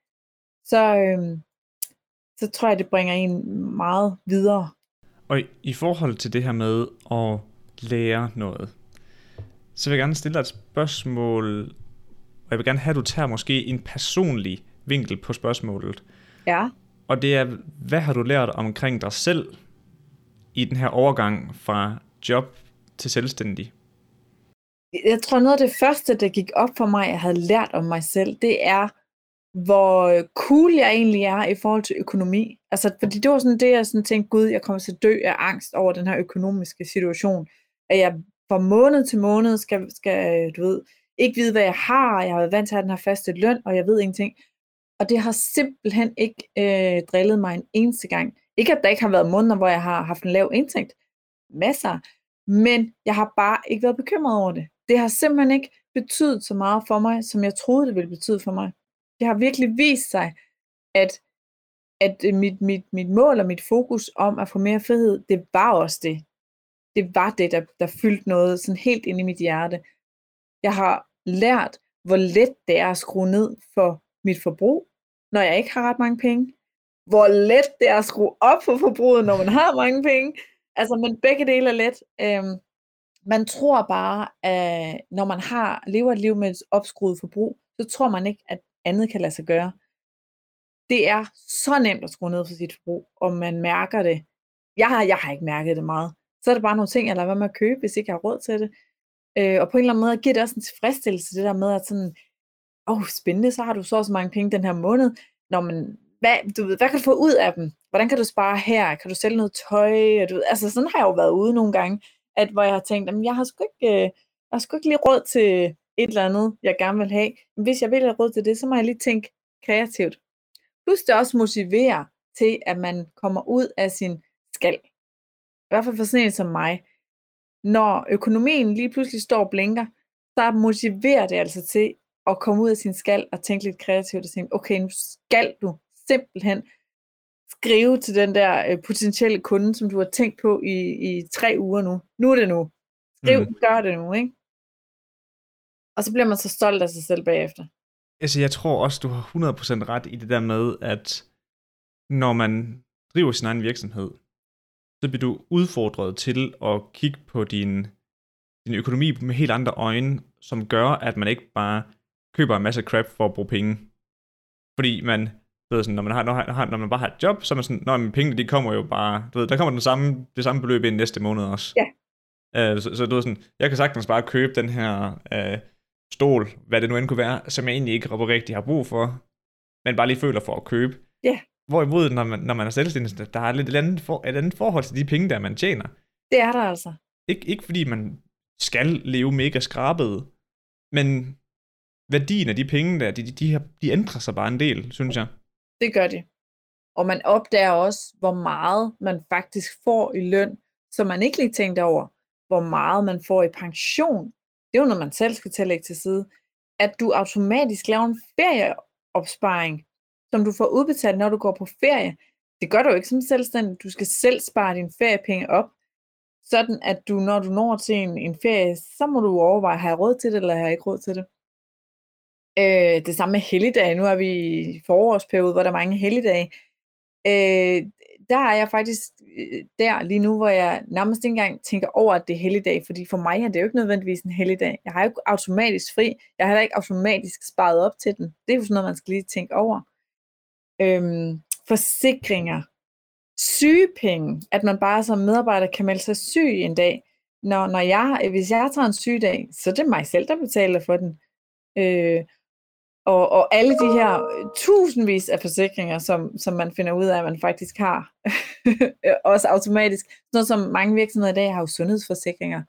så tror jeg, det bringer en meget videre. Og i forhold til det her med at lære noget, så vil jeg gerne stille dig et spørgsmål, og jeg vil gerne have, at du tager måske en personlig vinkel på spørgsmålet. Ja. Og det er, hvad har du lært omkring dig selv i den her overgang fra job til selvstændig? Jeg tror, noget af det første, der gik op for mig, jeg havde lært om mig selv, det er, hvor cool jeg egentlig er i forhold til økonomi. Altså, fordi det var sådan det, jeg sådan tænkte, gud, jeg kommer til at dø af angst over den her økonomiske situation. At jeg fra måned til måned skal du ved, ikke vide, hvad jeg har. Jeg har været vant til at have den her faste løn, og jeg ved ingenting. Og det har simpelthen ikke drillet mig en eneste gang. Ikke at der ikke har været måneder, hvor jeg har haft en lav indtægt. Masser. Men jeg har bare ikke været bekymret over det. Det har simpelthen ikke betydet så meget for mig, som jeg troede, det ville betyde for mig. Det har virkelig vist sig, at mit mål og mit fokus om at få mere frihed, det var også det. Det var det, der fyldte noget sådan helt ind i mit hjerte. Jeg har lært, hvor let det er at skrue ned for mit forbrug, når jeg ikke har ret mange penge. Hvor let det er at skrue op for forbruget, når man har mange penge. Altså, men begge dele er let. Man tror bare, at når man lever et liv med et opskruet forbrug, så tror man ikke, at andet kan lade sig gøre. Det er så nemt at skrue ned for sit forbrug, og man mærker det. Jeg har ikke mærket det meget. Så er det bare nogle ting, jeg lader være med at købe, hvis ikke jeg har råd til det. Og på en eller anden måde giver det også en tilfredsstillelse, det der med, at sådan, spændende, så har du så mange penge den her måned. Nå, men hvad kan du få ud af dem? Hvordan kan du spare her? Kan du sælge noget tøj? Altså, sådan har jeg jo været ude nogle gange, hvor jeg har tænkt, jeg har sgu ikke lige råd til et eller andet, jeg gerne vil have. Men hvis jeg vil have råd til det, så må jeg lige tænke kreativt. Plus det også motiverer til, at man kommer ud af sin skal. I hvert fald for sådan en som mig. Når økonomien lige pludselig står og blinker, så motiverer det altså til at komme ud af sin skal og tænke lidt kreativt og tænke, okay, nu skal du simpelthen skrive til den der potentielle kunde, som du har tænkt på i 3 uger nu. Nu er det nu. Skriv, gør det nu, ikke? Og så bliver man så stolt af sig selv bagefter. Altså, jeg tror også, du har 100% ret i det der med, at når man driver sin egen virksomhed, så bliver du udfordret til at kigge på din økonomi med helt andre øjne, som gør, at man ikke bare køber en masse crap for at bruge penge. Fordi man ved sådan, når man bare har et job, så er man sådan, når pengene de kommer jo bare, du ved, der kommer det samme beløb ind næste måned også. Ja. Så du ved sådan, jeg kan sagtens bare købe den her stol, hvad det nu end kunne være, som jeg egentlig ikke rigtig har brug for, men bare lige føler for at købe. Ja. Hvorimod, når man er selvstændig, der er lidt et andet forhold til de penge, der man tjener. Det er der altså. Ikke fordi man skal leve mega skrabet, men værdien af de penge der, de ændrer sig bare en del, synes jeg. Det gør de. Og man opdager også, hvor meget man faktisk får i løn, som man ikke lige tænkte over. Hvor meget man får i pension. Det er jo noget, man selv skal tillægge til side. At du automatisk laver en ferieopsparing, som du får udbetalt, når du går på ferie. Det gør du jo ikke som selvstændig. Du skal selv spare dine feriepenge op, sådan at når du når til en ferie, så må du overveje, har jeg råd til det, eller har jeg ikke råd til det? Det samme med helligdage. Nu er vi i forårsperiode, hvor der er mange helligdage. Der er jeg faktisk der lige nu, hvor jeg nærmest ikke engang tænker over, at det er helligdag, fordi for mig er det jo ikke nødvendigvis en helligdag. Jeg har jo ikke automatisk fri. Jeg har heller ikke automatisk sparet op til den. Det er jo sådan noget, man skal lige tænke over. Forsikringer. Sygepenge. At man bare som medarbejder kan melde sig syg en dag. Hvis jeg tager en sygedag, så er det mig selv, der betaler for den. Og alle de her tusindvis af forsikringer, som man finder ud af, at man faktisk har, også automatisk. Sådan som mange virksomheder i dag har jo sundhedsforsikringer.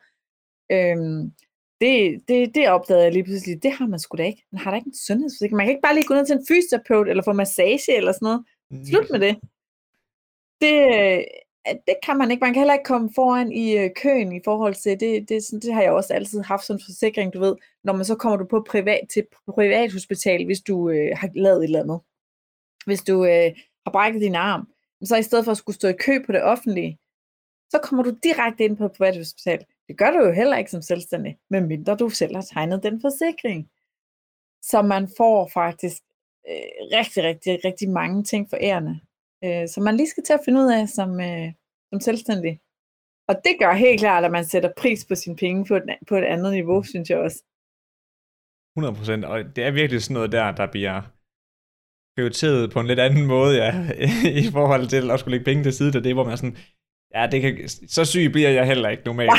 Det opdagede jeg lige pludselig. Det har man sgu da ikke. Man har da ikke en sundhedsforsikring. Man kan ikke bare lige gå ned til en fysioterapeut, eller få massage, eller sådan noget. Slut med det. Det det kan man ikke. Man kan heller ikke komme foran i køen i forhold til det. Det har jeg også altid haft sådan en forsikring, du ved. Når man så kommer du på privathospital, hvis du har lavet et eller andet. Hvis du har brækket din arm, så i stedet for at skulle stå i kø på det offentlige, så kommer du direkte ind på et privathospital. Det gør du jo heller ikke som selvstændig, medmindre du selv har tegnet den forsikring. Så man får faktisk rigtig, rigtig, rigtig mange ting forærende, som man lige skal til at finde ud af som selvstændig. Og det gør helt klart, at man sætter pris på sine penge på et andet niveau, synes jeg også. 100%, og det er virkelig sådan noget der bliver prioriteret på en lidt anden måde, ja, i forhold til at skulle lægge penge til side til det, hvor man er sådan, ja, så syg bliver jeg heller ikke normalt.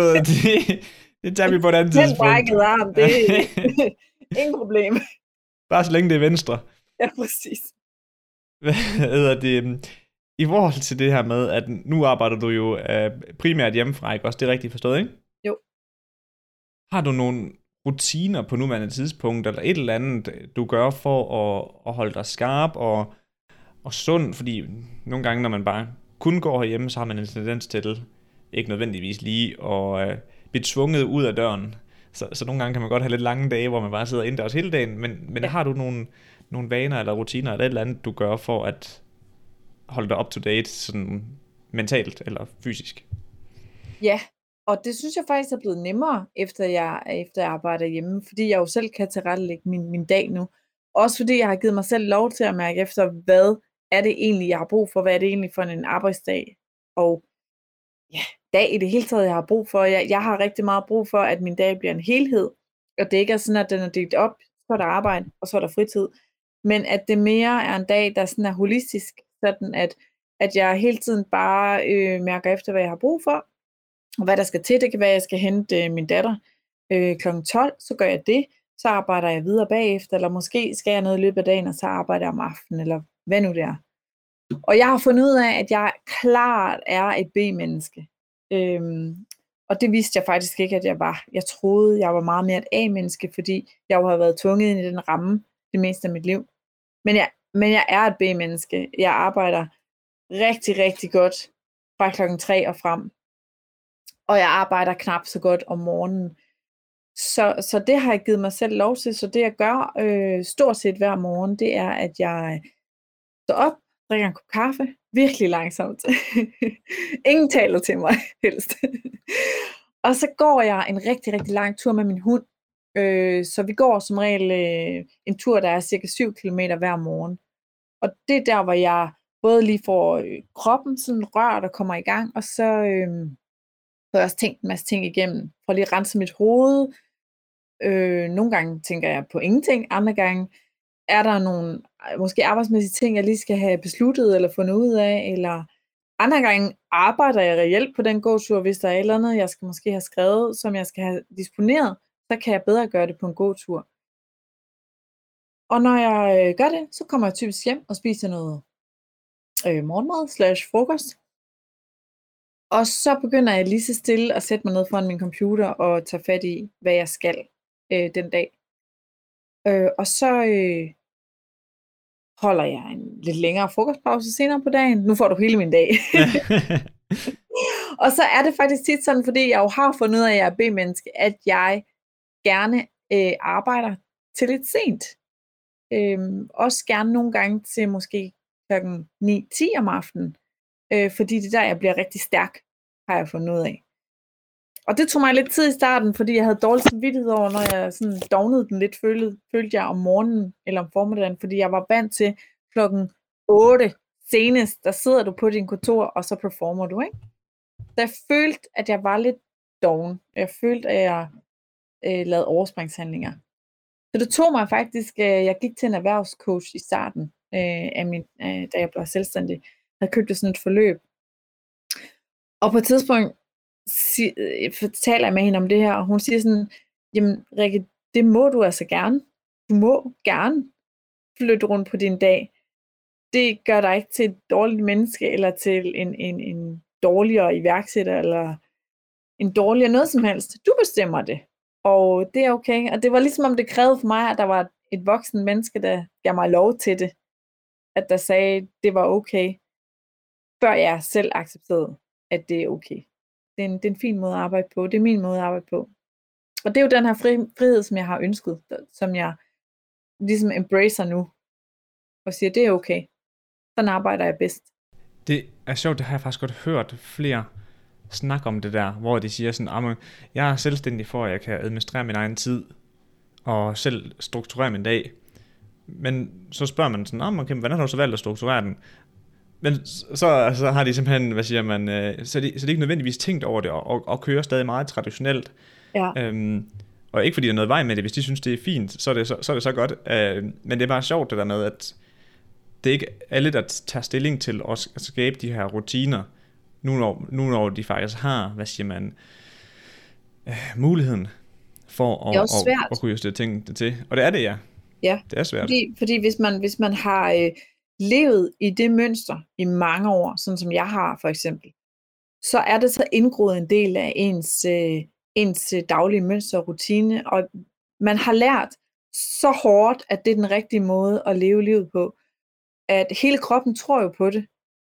Det tager vi på et andet tidspunkt. Den brækkede arm, det er ingen problem. Bare så længe det er venstre. Ja, præcis. Hvad hedder det? I forhold til det her med, at nu arbejder du jo primært hjemmefra, ikke også? Det er rigtigt forstået, ikke? Jo. Har du nogle rutiner på nuværende tidspunkt, eller et eller andet, du gør for at holde dig skarp og sund? Fordi nogle gange, når man bare kun går herhjemme, så har man en tendens til ikke nødvendigvis lige at blive tvunget ud af døren. Så nogle gange kan man godt have lidt lange dage, hvor man bare sidder indendørs hele dagen, men har du nogle vaner eller rutiner, eller et eller andet, du gør for at holde dig up to date, sådan mentalt eller fysisk? Ja, og det synes jeg faktisk er blevet nemmere, efter jeg arbejder hjemme, fordi jeg jo selv kan tilrettelægge min dag nu. Også fordi jeg har givet mig selv lov til at mærke efter, hvad er det egentlig, jeg har brug for? Hvad er det egentlig for en arbejdsdag? Og ja, dag i det hele taget, jeg har brug for. Jeg har rigtig meget brug for, at min dag bliver en helhed, og det ikke er sådan, at den er delt op, så er der arbejde, og så er der fritid. Men at det mere er en dag, der sådan er holistisk, sådan at jeg hele tiden bare mærker efter, hvad jeg har brug for, og hvad der skal til. Det kan være, at jeg skal hente min datter kl. 12, så gør jeg det. Så arbejder jeg videre bagefter, eller måske skal jeg ned i løbet af dagen, og så arbejder jeg om aftenen, eller hvad nu det er. Og jeg har fundet ud af, at jeg klart er et B-menneske. Og det vidste jeg faktisk ikke, at jeg var. Jeg troede, jeg var meget mere et A-menneske, fordi jeg jo har været tvunget ind i den ramme det meste af mit liv. Men jeg er et B-menneske. Jeg arbejder rigtig, rigtig godt fra klokken 3 og frem. Og jeg arbejder knap så godt om morgenen. Så det har jeg givet mig selv lov til. Så det jeg gør stort set hver morgen, det er, at jeg står op, drikker en kop kaffe, virkelig langsomt. Ingen taler til mig, helst. Og så går jeg en rigtig, rigtig lang tur med min hund. Så vi går som regel en tur, der er cirka 7 km hver morgen. Og det er der, hvor jeg både lige får kroppen sådan rørt og kommer i gang, og så har jeg også tænkt en masse ting igennem, for lige at rense mit hoved. Nogle gange tænker jeg på ingenting, andre gange er der nogle måske arbejdsmæssige ting, jeg lige skal have besluttet eller fundet ud af, eller andre gange arbejder jeg reelt på den gåtur, hvis der er et eller andet, jeg skal måske have skrevet, som jeg skal have disponeret, så kan jeg bedre gøre det på en gåtur. Og når jeg gør det, så kommer jeg typisk hjem og spiser noget morgenmad / frokost. Og så begynder jeg lige så stille at sætte mig ned foran min computer og tage fat i, hvad jeg skal den dag. Og så holder jeg en lidt længere frokostpause senere på dagen. Nu får du hele min dag. Og så er det faktisk tit sådan, fordi jeg jo har fundet ud af, at jeg er B-menneske, at jeg gerne arbejder til lidt sent. Også gerne nogle gange til måske klokken 9-10 om aftenen. Fordi det der, jeg bliver rigtig stærk, har jeg fundet ud af. Og det tog mig lidt tid i starten, fordi jeg havde dårlig samvittighed over, når jeg sådan dognede den lidt, følte jeg om morgenen eller om formiddagen, fordi jeg var vant til klokken 8 senest, der sidder du på din kontor, og så performer du, ikke? Så jeg følte, at jeg var lidt doven. Jeg følte, at jeg lavede overspringshandlinger. Så det tog mig faktisk, jeg gik til en erhvervscoach i starten, da jeg blev selvstændig. Jeg havde købt sådan et forløb. Og på et tidspunkt taler jeg med hende om det her, og hun siger sådan, jamen Rikke, det må du altså gerne. Du må gerne flytte rundt på din dag. Det gør dig ikke til et dårligt menneske, eller til en dårligere iværksætter, eller en dårligere noget som helst. Du bestemmer det, og det er okay. Og det var ligesom om det krævede for mig, at der var et voksen menneske, der gav mig lov til det. At der sagde, det var okay. før jeg selv accepterede, at det er okay. Det er en fin måde at arbejde på. Det er min måde at arbejde på. Og det er jo den her frihed, som jeg har ønsket, som jeg ligesom embracer nu, og siger, det er okay. Sådan arbejder jeg bedst. Det er sjovt, det har jeg faktisk godt hørt flere snak om det der, hvor de siger sådan, jeg er selvstændig for, at jeg kan administrere min egen tid, og selv strukturere min dag. Men så spørger man sådan, okay, hvordan har du så valgt at strukturere den? Men så har de simpelthen, hvad siger man, så er de ikke nødvendigvis tænkt over det, og kører stadig meget traditionelt. Ja. Og ikke fordi der er noget vej med det, hvis de synes, det er fint, så er det så godt. Men det er bare sjovt det der med, at det er ikke alle, der tager stilling til at skabe de her rutiner, nu når de faktisk har, hvad siger man, muligheden for at kunne justere tingene til. Og det er det, ja. Ja, det er svært. Fordi hvis man har levet i det mønster i mange år, sådan som jeg har for eksempel, så er det så indgroet en del af ens daglige mønster og rutine, og man har lært så hårdt, at det er den rigtige måde at leve livet på, at hele kroppen tror jo på det.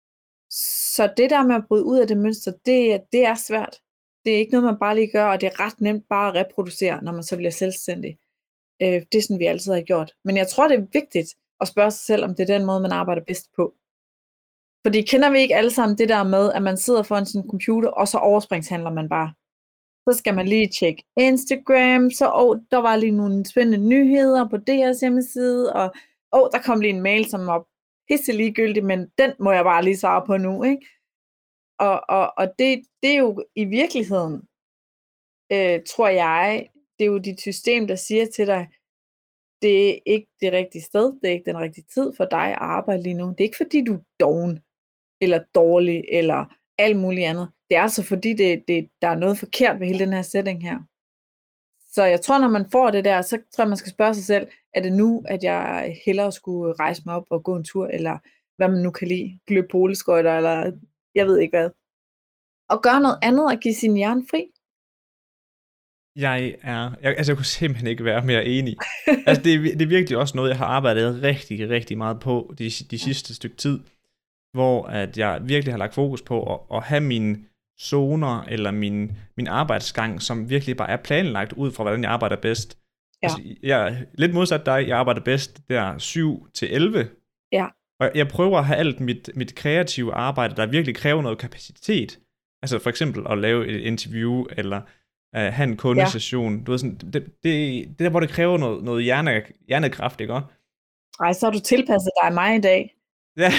Så det der med at bryde ud af det mønster, det er svært. Det er ikke noget, man bare lige gør, og det er ret nemt bare at reproducere, når man så bliver selvstændig. Det er sådan, vi altid har gjort. Men jeg tror, det er vigtigt at spørge sig selv, om det er den måde, man arbejder bedst på. Fordi kender vi ikke alle sammen det der med, at man sidder foran sin computer, og så overspringshandler man bare. Så skal man lige tjekke Instagram, så der var lige nogle spændende nyheder på DR's hjemmeside, og der kom lige en mail, som var pisse ligegyldig, men den må jeg bare lige svare på nu, ikke? Og det er jo i virkeligheden, tror jeg, det er jo dit system, der siger til dig, det er ikke det rigtige sted, det er ikke den rigtige tid for dig at arbejde lige nu. Det er ikke fordi, du er doven, eller dårlig, eller alt muligt andet. Det er altså fordi, der er noget forkert ved hele den her setting her. Så jeg tror, når man får det der, så tror jeg, man skal spørge sig selv, er det nu, at jeg hellere skulle rejse mig op og gå en tur, eller hvad man nu kan lide, løbe poleskøjter, eller jeg ved ikke hvad. Og gøre noget andet og give sin hjerne fri. Jeg kunne simpelthen ikke være mere enig. Altså, det er virkelig også noget, jeg har arbejdet rigtig, rigtig meget på de sidste stykke tid, hvor at jeg virkelig har lagt fokus på at have mine zoner, eller min arbejdsgang, som virkelig bare er planlagt ud fra, hvordan jeg arbejder bedst. Ja. Altså, jeg er lidt modsat dig, jeg arbejder bedst der 7-11. Ja. Og jeg prøver at have alt mit kreative arbejde, der virkelig kræver noget kapacitet. Altså for eksempel at lave et interview, eller have en kundesession. Ja. Du ved sådan, det der, hvor det kræver noget hjernekraft, ikke også? Ej, så har du tilpasset dig mig i dag. Ja.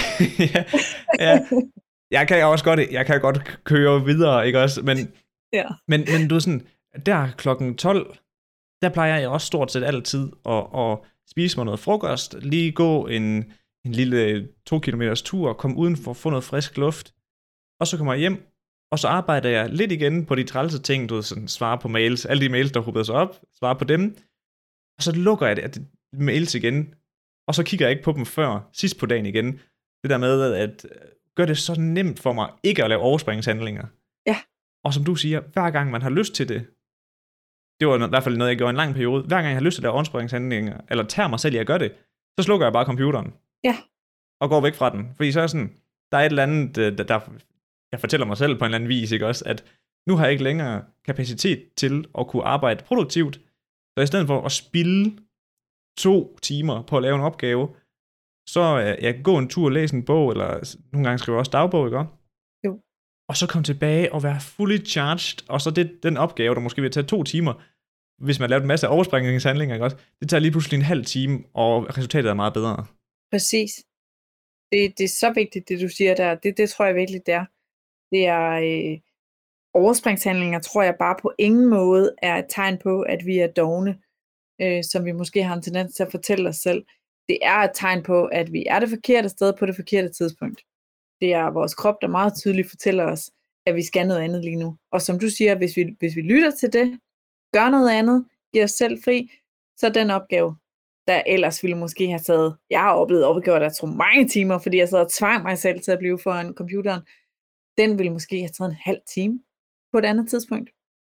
Jeg kan godt køre videre, ikke også? Men du ved sådan, der klokken 12, der plejer jeg også stort set altid at spise mig noget frokost, lige gå en lille 2 kilometers tur, komme udenfor, få noget frisk luft, og så kommer jeg hjem, og så arbejder jeg lidt igen på de trælse ting, du ved, sådan, svare på mails, alle de mails, der hobede sig op, svare på dem, og så lukker jeg det mails igen, og så kigger jeg ikke på dem før sidst på dagen igen. Det der med at gøre det så nemt for mig ikke at lave overspringshandlinger. Ja. Og som du siger, hver gang man har lyst til det var i hvert fald noget, jeg gjorde en lang periode, hver gang jeg har lyst til at lave overspringshandlinger, eller tager mig selv i at gøre det, så slukker jeg bare computeren. Ja. Og går væk fra den. Fordi så er sådan, der er et eller andet, der jeg fortæller mig selv på en eller anden vis, ikke også, at nu har jeg ikke længere kapacitet til at kunne arbejde produktivt, så i stedet for at spilde 2 timer på at lave en opgave, så jeg kan gå en tur og læse en bog, eller nogle gange skriver jeg også dagbog, ikke? Jo. Og så komme tilbage og være fully charged, og så den opgave, der måske vil tage 2 timer, hvis man laver en masse overspringningshandlinger, ikke også? Det tager lige pludselig en halv time, og resultatet er meget bedre. Præcis. Det er så vigtigt, det du siger der. Det tror jeg virkelig, det er. Det er overspringshandlinger, tror jeg bare på ingen måde er et tegn på, at vi er dovne, som vi måske har en tendens til at fortælle os selv. Det er et tegn på, at vi er det forkerte sted på det forkerte tidspunkt. Det er vores krop, der meget tydeligt fortæller os, at vi skal noget andet lige nu. Og som du siger, hvis vi lytter til det, gør noget andet, giver os selv fri, så den opgave, der ellers ville måske have taget, jeg har oplevet opgaver, der tog mange timer, fordi jeg sad og tvang mig selv til at blive foran computeren, den ville måske have taget en halv time på et andet tidspunkt.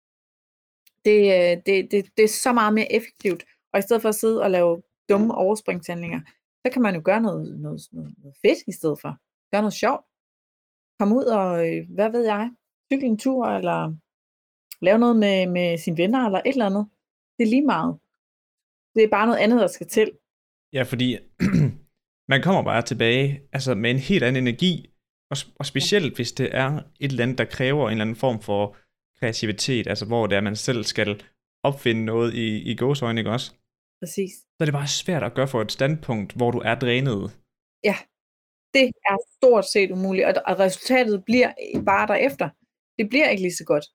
Det er så meget mere effektivt, og i stedet for at sidde og lave dumme overspringshandlinger, så kan man jo gøre noget fedt i stedet for. Gøre noget sjovt. komme ud og, hvad ved jeg, cykle en tur, eller lave noget med sine venner, eller et eller andet. Det er lige meget. Det er bare noget andet, der skal til. Ja, fordi man kommer bare tilbage altså med en helt anden energi, og specielt hvis det er et eller andet, der kræver en eller anden form for kreativitet, altså hvor det er, man selv skal opfinde noget i gåseøjne, ikke også? Præcis. Så er det bare svært at gøre for et standpunkt, hvor du er drænet. Ja, det er stort set umuligt, og resultatet bliver bare derefter. Det bliver ikke lige så godt.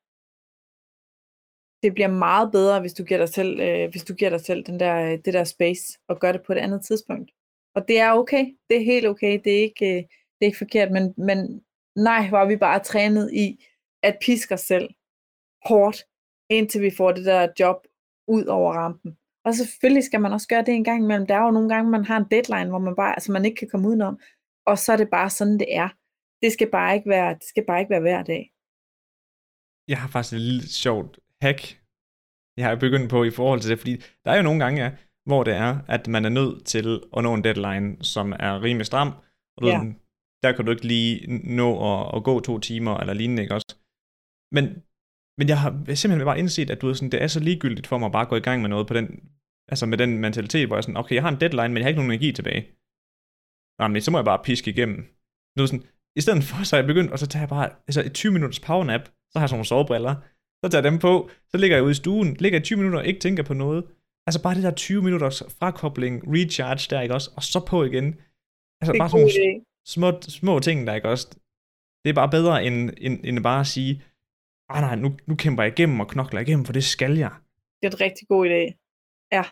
Det bliver meget bedre, hvis du giver dig selv det der space, og gør det på et andet tidspunkt. Og det er okay. Det er helt okay. Det er ikke forkert, men nej, hvor vi bare trænet i at piske os selv hårdt, indtil vi får det der job ud over rampen. Og selvfølgelig skal man også gøre det en gang imellem. Der er jo nogle gange, man har en deadline, hvor man ikke kan komme udenom. Og så er det bare sådan, det er. Det skal bare ikke være hver dag. Jeg har faktisk et lille sjovt hack, jeg har begyndt på i forhold til det, fordi der er jo nogle gange, hvor det er, at man er nødt til at nå en deadline, som er rimelig stram, og der kan du ikke lige nå at gå 2 timer eller lignende, ikke også? Men jeg har simpelthen bare indset, at det er så ligegyldigt for mig at bare gå i gang med noget på den, altså med den mentalitet, hvor jeg sådan, okay, jeg har en deadline, men jeg har ikke nogen energi tilbage. Men så må jeg bare piske igennem. I stedet for, så er jeg begyndt, og så tager jeg bare et 20 minutters powernap, så har jeg sådan nogle sovebriller, så tager jeg dem på, så ligger jeg ude i stuen, ligger i 20 minutter og ikke tænker på noget. Altså bare det der 20 minutters frakobling, recharge der, ikke også? Og så på igen. Altså bare sådan nogle små ting der, ikke også? Det er bare bedre end bare at sige, nej, nu kæmper jeg igennem og knokler igennem, for det skal jeg. Det er en rigtig god idé. Ja.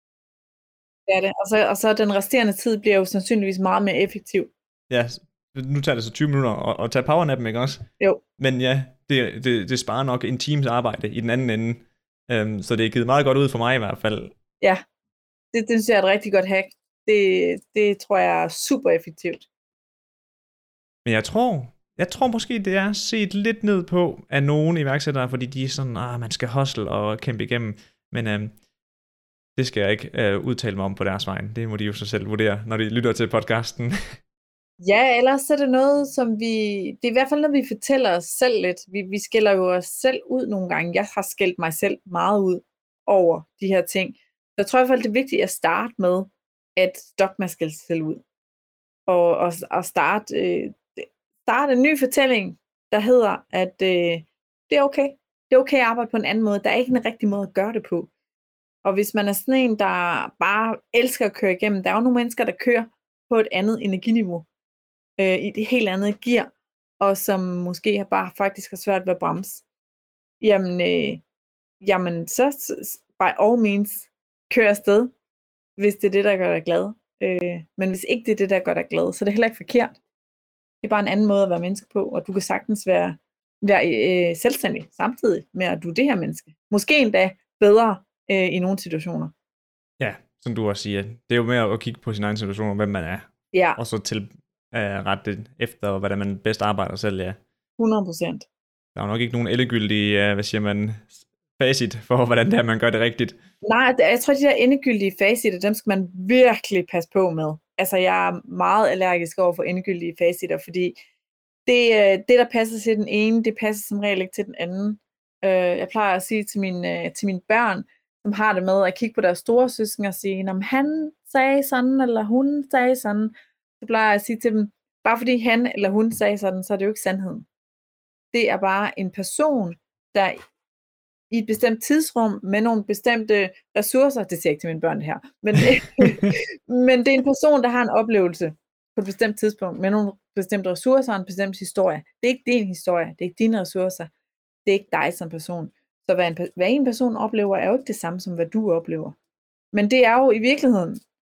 Det er det. Og så den resterende tid bliver jo sandsynligvis meget mere effektiv. Ja, nu tager det så 20 minutter at tage powernappen, ikke også? Jo. Men ja, det sparer nok en times arbejde i den anden ende. Så det er givet meget godt ud for mig i hvert fald. Ja, det synes jeg er et rigtig godt hack. Det tror jeg er super effektivt. Men jeg tror måske, det er set lidt ned på af nogle iværksættere, fordi de er sådan, man skal hustle og kæmpe igennem. Men det skal jeg ikke udtale mig om på deres vej. Det må de jo så selv vurdere, når de lytter til podcasten. Ja, ellers er det noget, som det er i hvert fald, når vi fortæller os selv lidt. Vi skælder jo os selv ud nogle gange. Jeg har skældt mig selv meget ud over de her ting. Så jeg tror i hvert fald, det er vigtigt at starte med at stoppe med at skælde sig selv ud. Og starte en ny fortælling, der hedder, at det er okay. Det er okay at arbejde på en anden måde. Der er ikke en rigtig måde at gøre det på. Og hvis man er sådan en, der bare elsker at køre igennem, der er jo nogle mennesker, der kører på et andet energiniveau, i et helt andet gear, og som måske bare faktisk har svært ved at bremse. Jamen så by all means, kør afsted, hvis det er det, der gør dig glad. Men hvis ikke det er det, der gør dig glad, så er det heller ikke forkert. Det er bare en anden måde at være menneske på, og du kan sagtens være selvstændig samtidig med, at du er det her menneske. Måske endda bedre i nogle situationer. Ja, som du også siger. Det er jo med at kigge på sin egen situation, hvem man er. Ja. Og så til rette efter, hvordan man bedst arbejder selv, ja. 100%. Der er jo nok ikke nogen endegyldige, facit for, hvordan det er, man gør det rigtigt. Nej, jeg tror, de der endegyldige facitter, dem skal man virkelig passe på med. Altså, jeg er meget allergisk over for endegyldige facitter, fordi det, der passer til den ene, det passer som regel ikke til den anden. Jeg plejer at sige til mine børn, som har det med at kigge på deres store søskende og sige, når han sagde sådan, eller hun sagde sådan, så plejer jeg at sige til dem, bare fordi han eller hun sagde sådan, så er det jo ikke sandheden. Det er bare en person, der i et bestemt tidsrum med nogle bestemte ressourcer, det siger jeg ikke til mine børn det her, men det er en person, der har en oplevelse på et bestemt tidspunkt med nogle bestemte ressourcer og en bestemt historie. Det er ikke din historie, det er ikke dine ressourcer, det er ikke dig som person. Så hvad en person oplever, er jo ikke det samme som hvad du oplever. Men det er jo i virkeligheden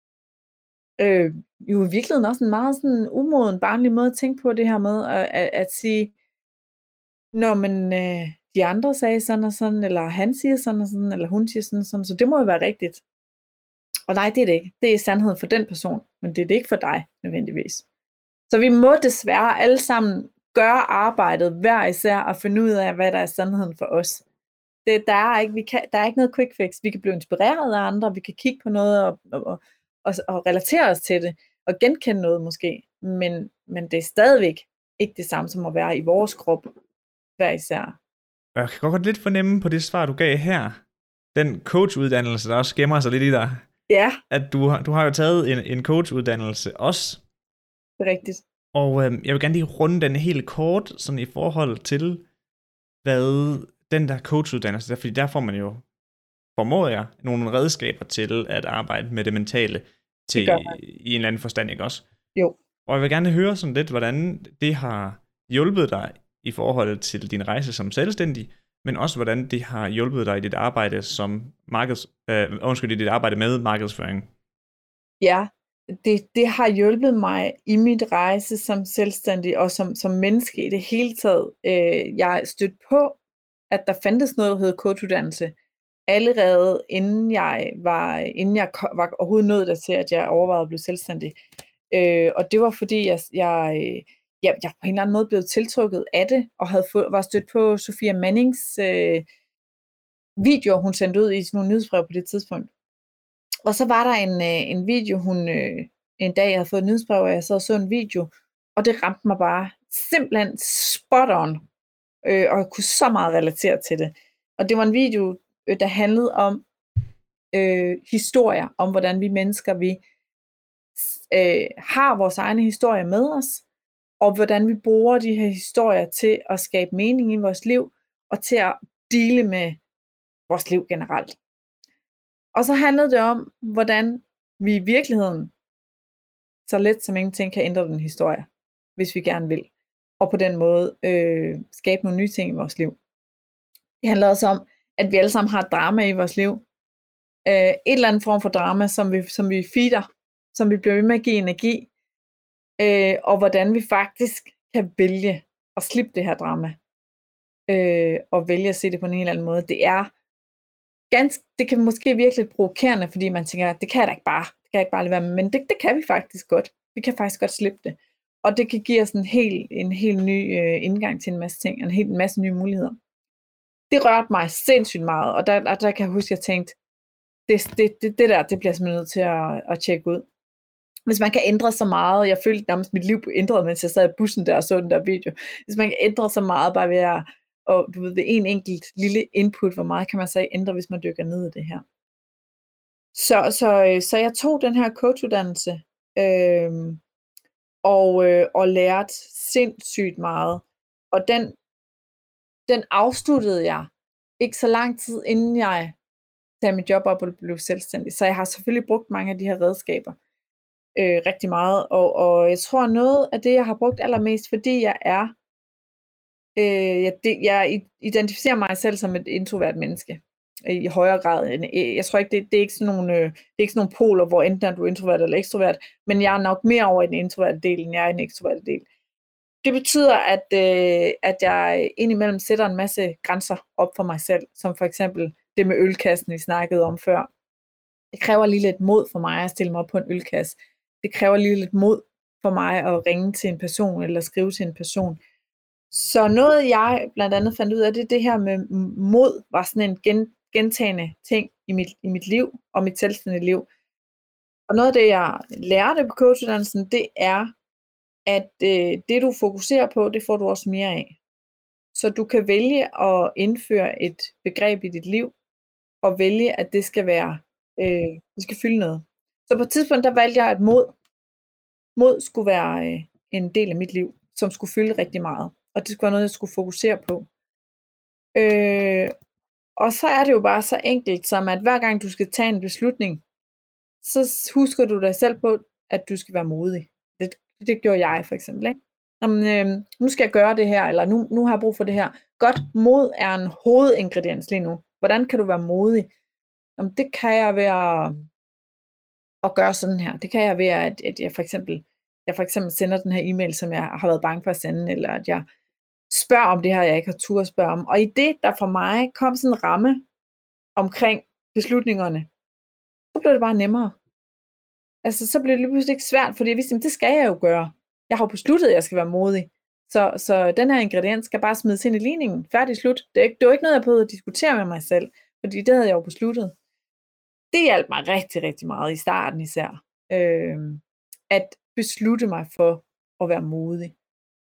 også en meget sådan umoden, barnlig måde at tænke på det her med at sige, når man de andre sagde sådan og sådan, eller han siger sådan og sådan, eller hun siger sådan og sådan, så det må jo være rigtigt. Og nej, det er det ikke. Det er sandheden for den person, men det er det ikke for dig, nødvendigvis. Så vi må desværre alle sammen gøre arbejdet hver især og finde ud af, hvad der er sandheden for os. Der er ikke noget quick fix. Vi kan blive inspireret af andre, vi kan kigge på noget og relatere os til det, og genkende noget måske, men det er stadigvæk ikke det samme som at være i vores krop hver især. Jeg kan godt lidt fornemme på det svar, du gav her, den coachuddannelse, der også gemmer sig lidt i dig. Ja. At du har jo taget en coachuddannelse også. Det er rigtigt. Og jeg vil gerne lige runde den helt kort, sådan i forhold til, hvad den der coachuddannelse der, fordi der får man jo, formoder jeg, nogle redskaber til at arbejde med det mentale til, i en eller anden forstand, ikke også? Jo. Og jeg vil gerne høre sådan lidt, hvordan det har hjulpet dig i forhold til din rejse som selvstændig, men også hvordan det har hjulpet dig i dit arbejde som i dit arbejde med markedsføring. Ja, det har hjulpet mig i mit rejse som selvstændig og som menneske i det hele taget. Jeg stødte på, at der fandtes noget, der hed coachuddannelse, allerede inden jeg var overhovedet nået dertil, at jeg overvejede at blive selvstændig. Og det var fordi, jeg på en eller anden måde blev tiltrukket af det, og var stødt på Sofia Mannings videoer, hun sendte ud i sådan nogle nyhedsbrev på det tidspunkt. Og så var der en video, en dag, jeg havde fået et nyhedsbrev, og jeg så en video, og det ramte mig bare simpelthen spot on, og jeg kunne så meget relatere til det. Og det var en video, der handlede om historier, om hvordan vi mennesker, vi har vores egne historier med os, og hvordan vi bruger de her historier til at skabe mening i vores liv, og til at dele med vores liv generelt. Og så handlede det om, hvordan vi i virkeligheden, så let som ingenting, kan ændre den historie, hvis vi gerne vil. Og på den måde skabe nogle nye ting i vores liv. Det handler også om, at vi alle sammen har et drama i vores liv. Et eller andet form for drama, som vi feeder, som vi bliver ved med at give energi. Og hvordan vi faktisk kan vælge at slippe det her drama. Og vælge at se det på en helt anden måde. Det kan måske virke lidt provokerende, fordi man tænker, det kan jeg da ikke bare. Det kan jeg ikke bare lade være med. Men det kan vi faktisk godt. Vi kan faktisk godt slippe det. Og det kan give os en helt ny indgang til en masse ting. En masse nye muligheder. Det rørte mig sindssygt meget. Og der kan jeg huske, at jeg tænkte, det bliver jeg simpelthen nødt til at tjekke ud. Hvis man kan ændre så meget, jeg følte nærmest mit liv ændrede, mens jeg sad i bussen der og så den der video. Hvis man kan ændre så meget bare ved at, og du ved, ved en enkelt lille input, hvor meget kan man så ændre, hvis man dykker ned i det her. Så jeg tog den her coachuddannelse, og lærte sindssygt meget. Og den afsluttede jeg ikke så lang tid, inden jeg sagde mit job op og blev selvstændig. Så jeg har selvfølgelig brugt mange af de her redskaber rigtig meget. Og jeg tror, noget af det, jeg har brugt allermest, fordi jeg identificerer mig selv som et introvert menneske i højere grad. Jeg tror ikke, det er ikke sådan nogle poler, hvor enten er du introvert eller ekstrovert, men jeg er nok mere over i den introverte del, end jeg er i den ekstroverte del. Det betyder, at jeg indimellem sætter en masse grænser op for mig selv, som for eksempel det med ølkassen, vi snakkede om før. Det kræver lige lidt mod for mig at stille mig op på en ølkasse. Det kræver lige lidt mod for mig at ringe til en person eller skrive til en person. Så noget, jeg blandt andet fandt ud af, det her med mod, var sådan en gentagende ting i mit liv og mit selvstændige liv. Og noget af det, jeg lærte på coachuddannelsen, det er, at det du fokuserer på, det får du også mere af. Så du kan vælge at indføre et begreb i dit liv, og vælge, at det skal være, det skal fylde noget. Så på et tidspunkt, der valgte jeg, at mod skulle være en del af mit liv, som skulle fylde rigtig meget. Og det skulle være noget, jeg skulle fokusere på. Og så er det jo bare så enkelt, som at hver gang du skal tage en beslutning, så husker du dig selv på, at du skal være modig. Det gjorde jeg for eksempel. Ikke? Nu skal jeg gøre det her, eller nu har jeg brug for det her. Godt, mod er en hovedingrediens lige nu. Hvordan kan du være modig? Jamen, det kan jeg ved at gøre sådan her. Det kan jeg ved, at jeg for eksempel sender den her e-mail, som jeg har været bange for at sende, eller at jeg spørger om det her, jeg ikke har tur at spørge om. Og i det, der for mig kom sådan en ramme omkring beslutningerne, så blev det bare nemmere. Altså, så blev det lige pludselig ikke svært, fordi jeg vidste, at det skal jeg jo gøre. Jeg har jo besluttet, at jeg skal være modig. Så den her ingrediens skal bare smides ind i ligningen. Færdig, slut. Det var ikke noget, jeg prøvede at diskutere med mig selv, fordi det havde jeg jo besluttet. Det hjalp mig rigtig, rigtig meget i starten især. At beslutte mig for at være modig.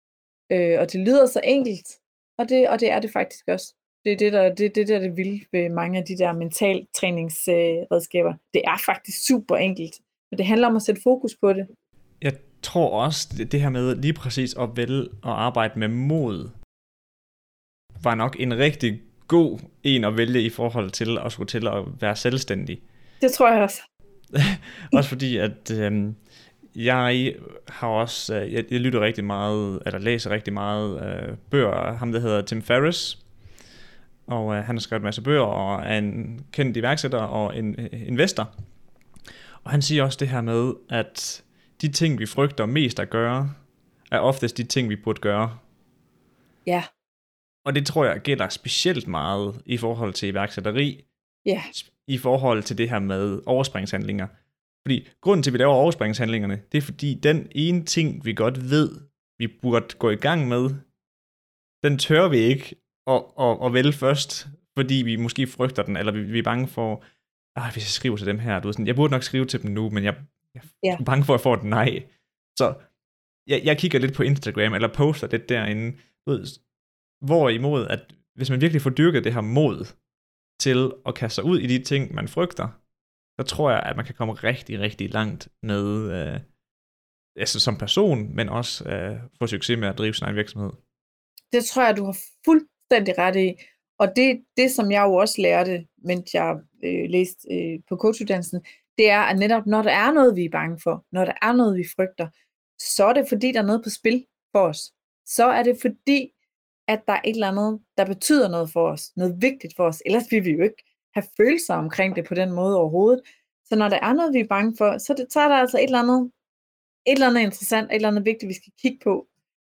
Og det lyder så enkelt, og det er det faktisk også. Det er det vilde ved mange af de der mentaltræningsredskaber. Det er faktisk super enkelt, men det handler om at sætte fokus på det. Jeg tror også, det her med lige præcis at vælge at arbejde med mod, var nok en rigtig god en at vælge i forhold til at skulle til at være selvstændig. Det tror jeg også. Også fordi, at jeg har også, jeg lytter rigtig meget, eller læser rigtig meget bøger af ham, der hedder Tim Ferriss. Og han har skrevet en masse bøger, og er en kendt iværksætter og en investor. Og han siger også det her med, at de ting, vi frygter mest at gøre, er oftest de ting, vi burde gøre. Ja. Og det tror jeg gælder specielt meget i forhold til iværksætteri. Ja. I forhold til det her med overspringshandlinger. Fordi grunden til, at vi laver overspringshandlingerne, det er fordi den ene ting, vi godt ved, vi burde gå i gang med, den tør vi ikke at vælge først, fordi vi måske frygter den, eller vi er bange for, hvis jeg skriver til dem her, du ved sådan, jeg burde nok skrive til dem nu, men jeg er bange for, at jeg får et nej. Så jeg kigger lidt på Instagram, eller poster lidt derinde, hvorimod, at hvis man virkelig får dyrket det her mod til at kaste sig ud i de ting, man frygter, så tror jeg, at man kan komme rigtig, rigtig langt med, altså som person, men også få succes med at drive sin egen virksomhed. Det tror jeg, du har fuldstændig ret i. Og det som jeg jo også lærte, mens jeg læste på coachuddannelsen, det er, at netop når der er noget, vi er bange for, når der er noget, vi frygter, så er det fordi, der er noget på spil for os. Så er det fordi, at der er et eller andet, der betyder noget for os, noget vigtigt for os. Ellers vil vi jo ikke have følelser omkring det på den måde overhovedet. Så når der er noget, vi er bange for, så er der altså et eller andet interessant, et eller andet vigtigt, vi skal kigge på.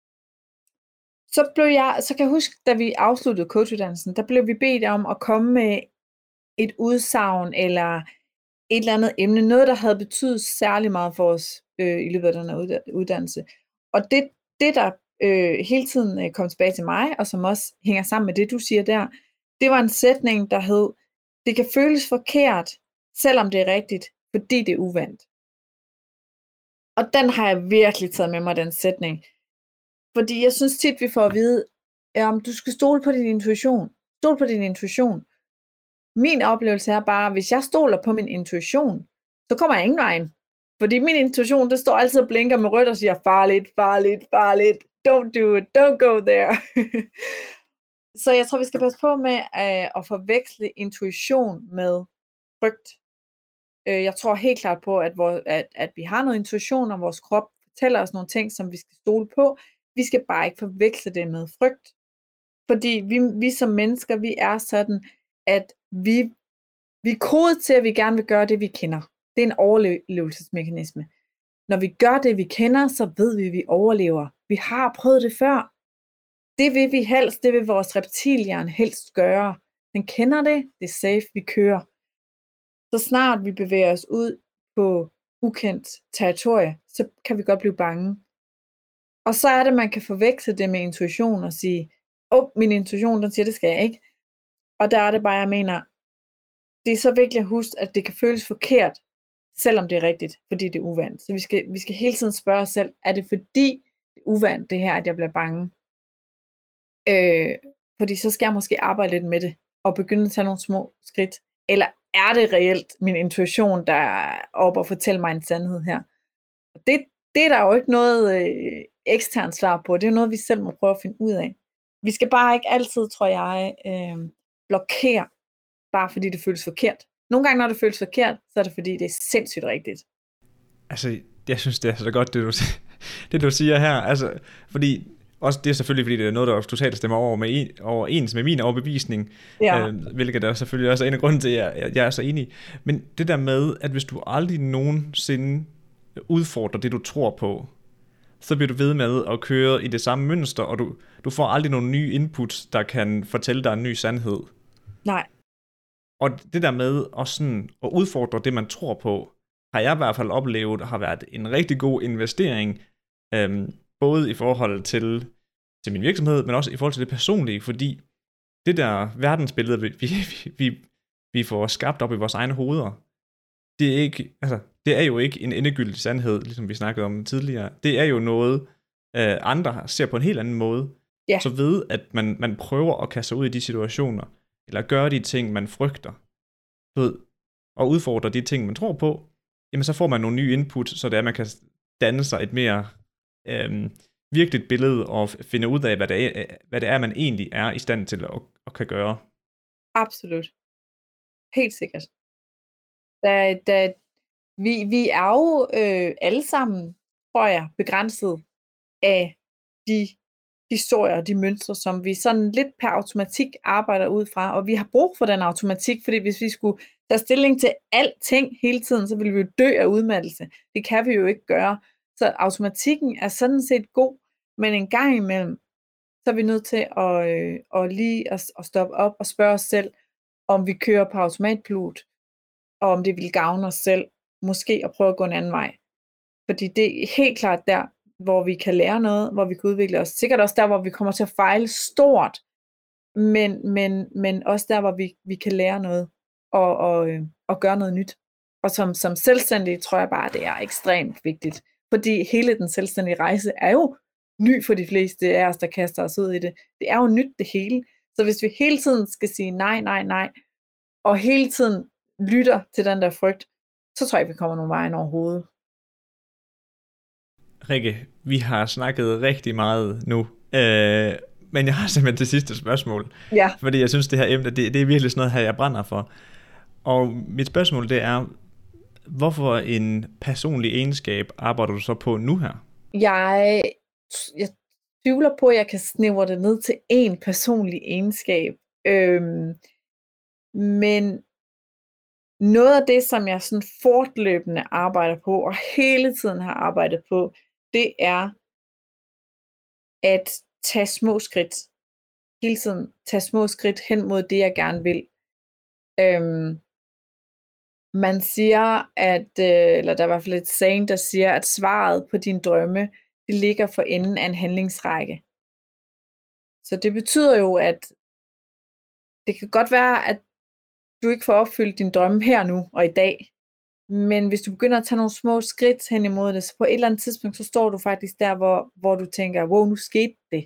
Så kan jeg huske, da vi afsluttede coachuddannelsen, der blev vi bedt om at komme med et udsagn eller et eller andet emne, noget der havde betydet særlig meget for os i løbet af den her uddannelse. Og det der hele tiden kom tilbage til mig, og som også hænger sammen med det, du siger der, det var en sætning, der hed, det kan føles forkert, selvom det er rigtigt, fordi det er uvandt. Og den har jeg virkelig taget med mig, den sætning. Fordi jeg synes tit, vi får at vide, om du skal stole på din intuition. Stol på din intuition. Min oplevelse er bare, hvis jeg stoler på min intuition, så kommer jeg ingen vejen. Fordi min intuition, det står altid og blinker med rødt og siger, farligt, farligt, farligt. Don't do it, don't go there. Så jeg tror, vi skal passe på med at forveksle intuition med frygt. Jeg tror helt klart på, at vi har noget intuition, og vores krop fortæller os nogle ting, som vi skal stole på. Vi skal bare ikke forveksle det med frygt. Fordi vi som mennesker, vi er sådan, at vi er kodet til, at vi gerne vil gøre det, vi kender. Det er en overlevelsesmekanisme. Når vi gør det, vi kender, så ved vi, at vi overlever. Vi har prøvet det før. Det vil vi helst, det vil vores reptilhjerne helst gøre. Den kender det, det er safe, vi kører. Så snart vi bevæger os ud på ukendt territorie, så kan vi godt blive bange. Og så er det, man kan forveksle det med intuition og sige, min intuition, den siger, det skal jeg ikke. Og der er det bare, jeg mener, det er så vigtigt at huske, at det kan føles forkert, selvom det er rigtigt, fordi det er uvandt. Så vi skal hele tiden spørge os selv, er det fordi det er uvandt, det her, at jeg bliver bange? Fordi så skal jeg måske arbejde lidt med det, og begynde at tage nogle små skridt. Eller er det reelt min intuition, der er oppe og fortæller mig en sandhed her? Det er der jo ikke noget eksternt svar på. Det er noget, vi selv må prøve at finde ud af. Vi skal bare ikke altid, tror jeg, blokere, bare fordi det føles forkert. Nogle gange, når det føles forkert, så er det fordi, det er sindssygt rigtigt. Altså, jeg synes, det er så godt, det du siger her. Altså, fordi også det er selvfølgelig, fordi det er noget, der totalt stemmer overens med min overbevisning, ja. Hvilket der selvfølgelig også er en af grunden til, at jeg er så enig. Men det der med, at hvis du aldrig nogensinde udfordrer det, du tror på, så bliver du ved med at køre i det samme mønster, og du får aldrig nogen nye inputs, der kan fortælle dig en ny sandhed. Nej. Og det der med at udfordre det, man tror på, har jeg i hvert fald oplevet, har været en rigtig god investering, både i forhold til min virksomhed, men også i forhold til det personlige, fordi det der verdensbillede, vi får skabt op i vores egne hoveder, det er ikke, altså, det er jo ikke en endegyldig sandhed, ligesom vi snakkede om tidligere. Det er jo noget, andre ser på en helt anden måde. Ja. Så ved, at man prøver at kaste sig ud i de situationer, eller gøre de ting, man frygter, ved, og udfordre de ting, man tror på, jamen så får man nogle nye input, så det er, at man kan danne sig et mere virkeligt billede, og finde ud af, hvad det er, man egentlig er i stand til at kan gøre. Absolut. Helt sikkert. Vi er jo alle sammen, tror jeg, begrænset af de historier og de mønstre, som vi sådan lidt per automatik arbejder ud fra, og vi har brug for den automatik, fordi hvis vi skulle tage stilling til alting hele tiden, så ville vi jo dø af udmattelse. Det kan vi jo ikke gøre. Så automatikken er sådan set god, men en gang imellem, så er vi nødt til at stoppe op og spørge os selv, om vi kører på automatpilot, og om det vil gavne os selv, måske at prøve at gå en anden vej. Fordi det er helt klart der, hvor vi kan lære noget, hvor vi kan udvikle os. Sikkert også der, hvor vi kommer til at fejle stort, men også der, hvor vi kan lære noget og gøre noget nyt. Og som selvstændig tror jeg bare, det er ekstremt vigtigt. Fordi hele den selvstændige rejse er jo ny for de fleste af os, der kaster os ud i det. Det er jo nyt det hele. Så hvis vi hele tiden skal sige nej, og hele tiden lytter til den der frygt, så tror jeg, vi kommer nogle vejen overhovedet. Rikke, vi har snakket rigtig meget nu, men jeg har simpelthen det sidste spørgsmål. Ja. Fordi jeg synes, det her emne, det er virkelig sådan noget her, jeg brænder for. Og mit spørgsmål, det er, hvorfor en personlig egenskab arbejder du så på nu her? Jeg tvivler på, at jeg kan snævre det ned til én personlig egenskab. Men noget af det, som jeg sådan fortløbende arbejder på, og hele tiden har arbejdet på, det er at tage små skridt. Hele tiden tage små skridt hen mod det, jeg gerne vil. Man siger, eller der er i hvert fald et saying, der siger, at svaret på dine drømme, det ligger for enden af en handlingsrække. Så det betyder jo, at det kan godt være, at du ikke får opfyldt din drømme her nu og i dag. Men hvis du begynder at tage nogle små skridt hen imod det, så på et eller andet tidspunkt, så står du faktisk der, hvor du tænker, wow, nu skete det.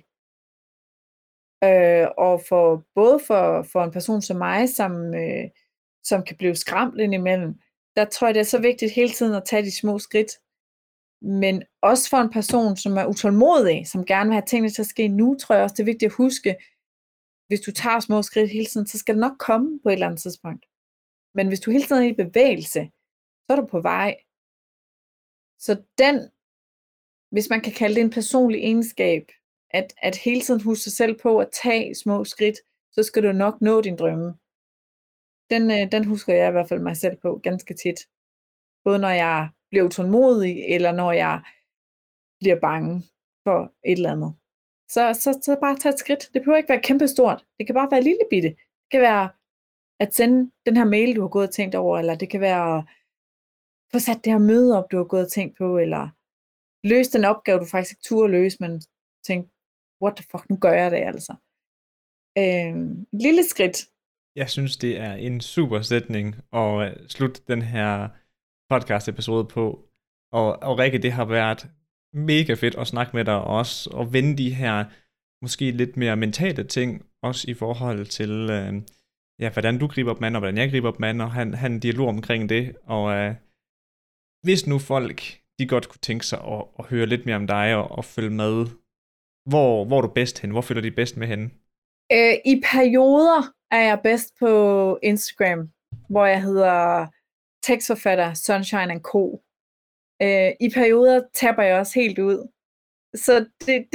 Og både for en person som mig, som kan blive skræmt indimellem, der tror jeg, det er så vigtigt hele tiden at tage de små skridt. Men også for en person, som er utålmodig, som gerne vil have tingene til at ske nu, tror jeg også, det er vigtigt at huske, hvis du tager små skridt hele tiden, så skal det nok komme på et eller andet tidspunkt. Men hvis du hele tiden er i bevægelse, så er du på vej. Så hvis man kan kalde det en personlig egenskab, at hele tiden huske sig selv på at tage små skridt, så skal du nok nå din drømme. Den husker jeg i hvert fald mig selv på ganske tit. Både når jeg bliver utålmodig, eller når jeg bliver bange for et eller andet. Så bare tage et skridt. Det behøver ikke være kæmpestort. Det kan bare være lille bitte. Det kan være at sende den her mail, du har gået og tænkt over, eller det kan være at få sat det her møde op, du har gået og tænkt på, eller løse den opgave, du faktisk ikke turde løse, men tænkte, what the fuck, nu gør jeg det altså. Et lille skridt. Jeg synes, det er en super sætning at slutte den her podcast episode på. Og Rikke, det har været mega fedt at snakke med dig også, og vende de her måske lidt mere mentale ting, også i forhold til, hvordan du griber op med, og hvordan jeg griber op med, og have en dialog omkring det. Og hvis nu folk, de godt kunne tænke sig at høre lidt mere om dig, og følge med, hvor er du bedst hen? Hvor følger de bedst med henne? I perioder er jeg bedst på Instagram, hvor jeg hedder tekstforfatter Sunshine and Co. I perioder tapper jeg også helt ud. Så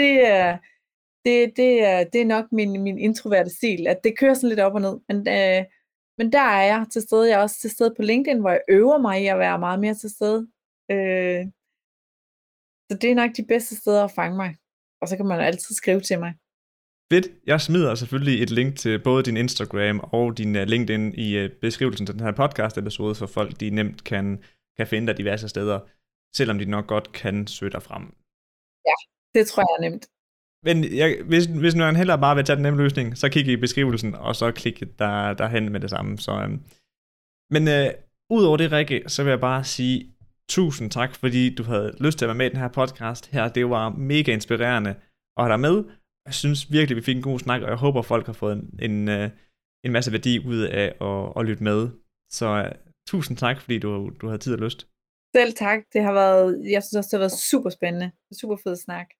det er nok min introverte stil, at det kører sådan lidt op og ned. Men der er jeg til stede. Jeg er også til stede på LinkedIn, hvor jeg øver mig i at være meget mere til stede. Så det er nok de bedste steder at fange mig. Og så kan man altid skrive til mig. Fedt. Jeg smider selvfølgelig et link til både din Instagram og din LinkedIn i beskrivelsen til den her podcast-episode, så folk de nemt kan finde dig diverse steder, selvom de nok godt kan søge dig frem. Ja, det tror jeg er nemt. Men hvis nu hellere bare vil tage den nemme løsning, så kig i beskrivelsen, og så klik derhen med det samme. Så, men udover det, Rikke, så vil jeg bare sige tusind tak, fordi du havde lyst til at være med i den her podcast her. Det var mega inspirerende at have dig med. Jeg synes virkelig, vi fik en god snak, og jeg håber, folk har fået en masse værdi ud af at lytte med. Så tusind tak, fordi du havde tid og lyst. Selv tak. Jeg synes også, det har været super spændende. Super fed snak.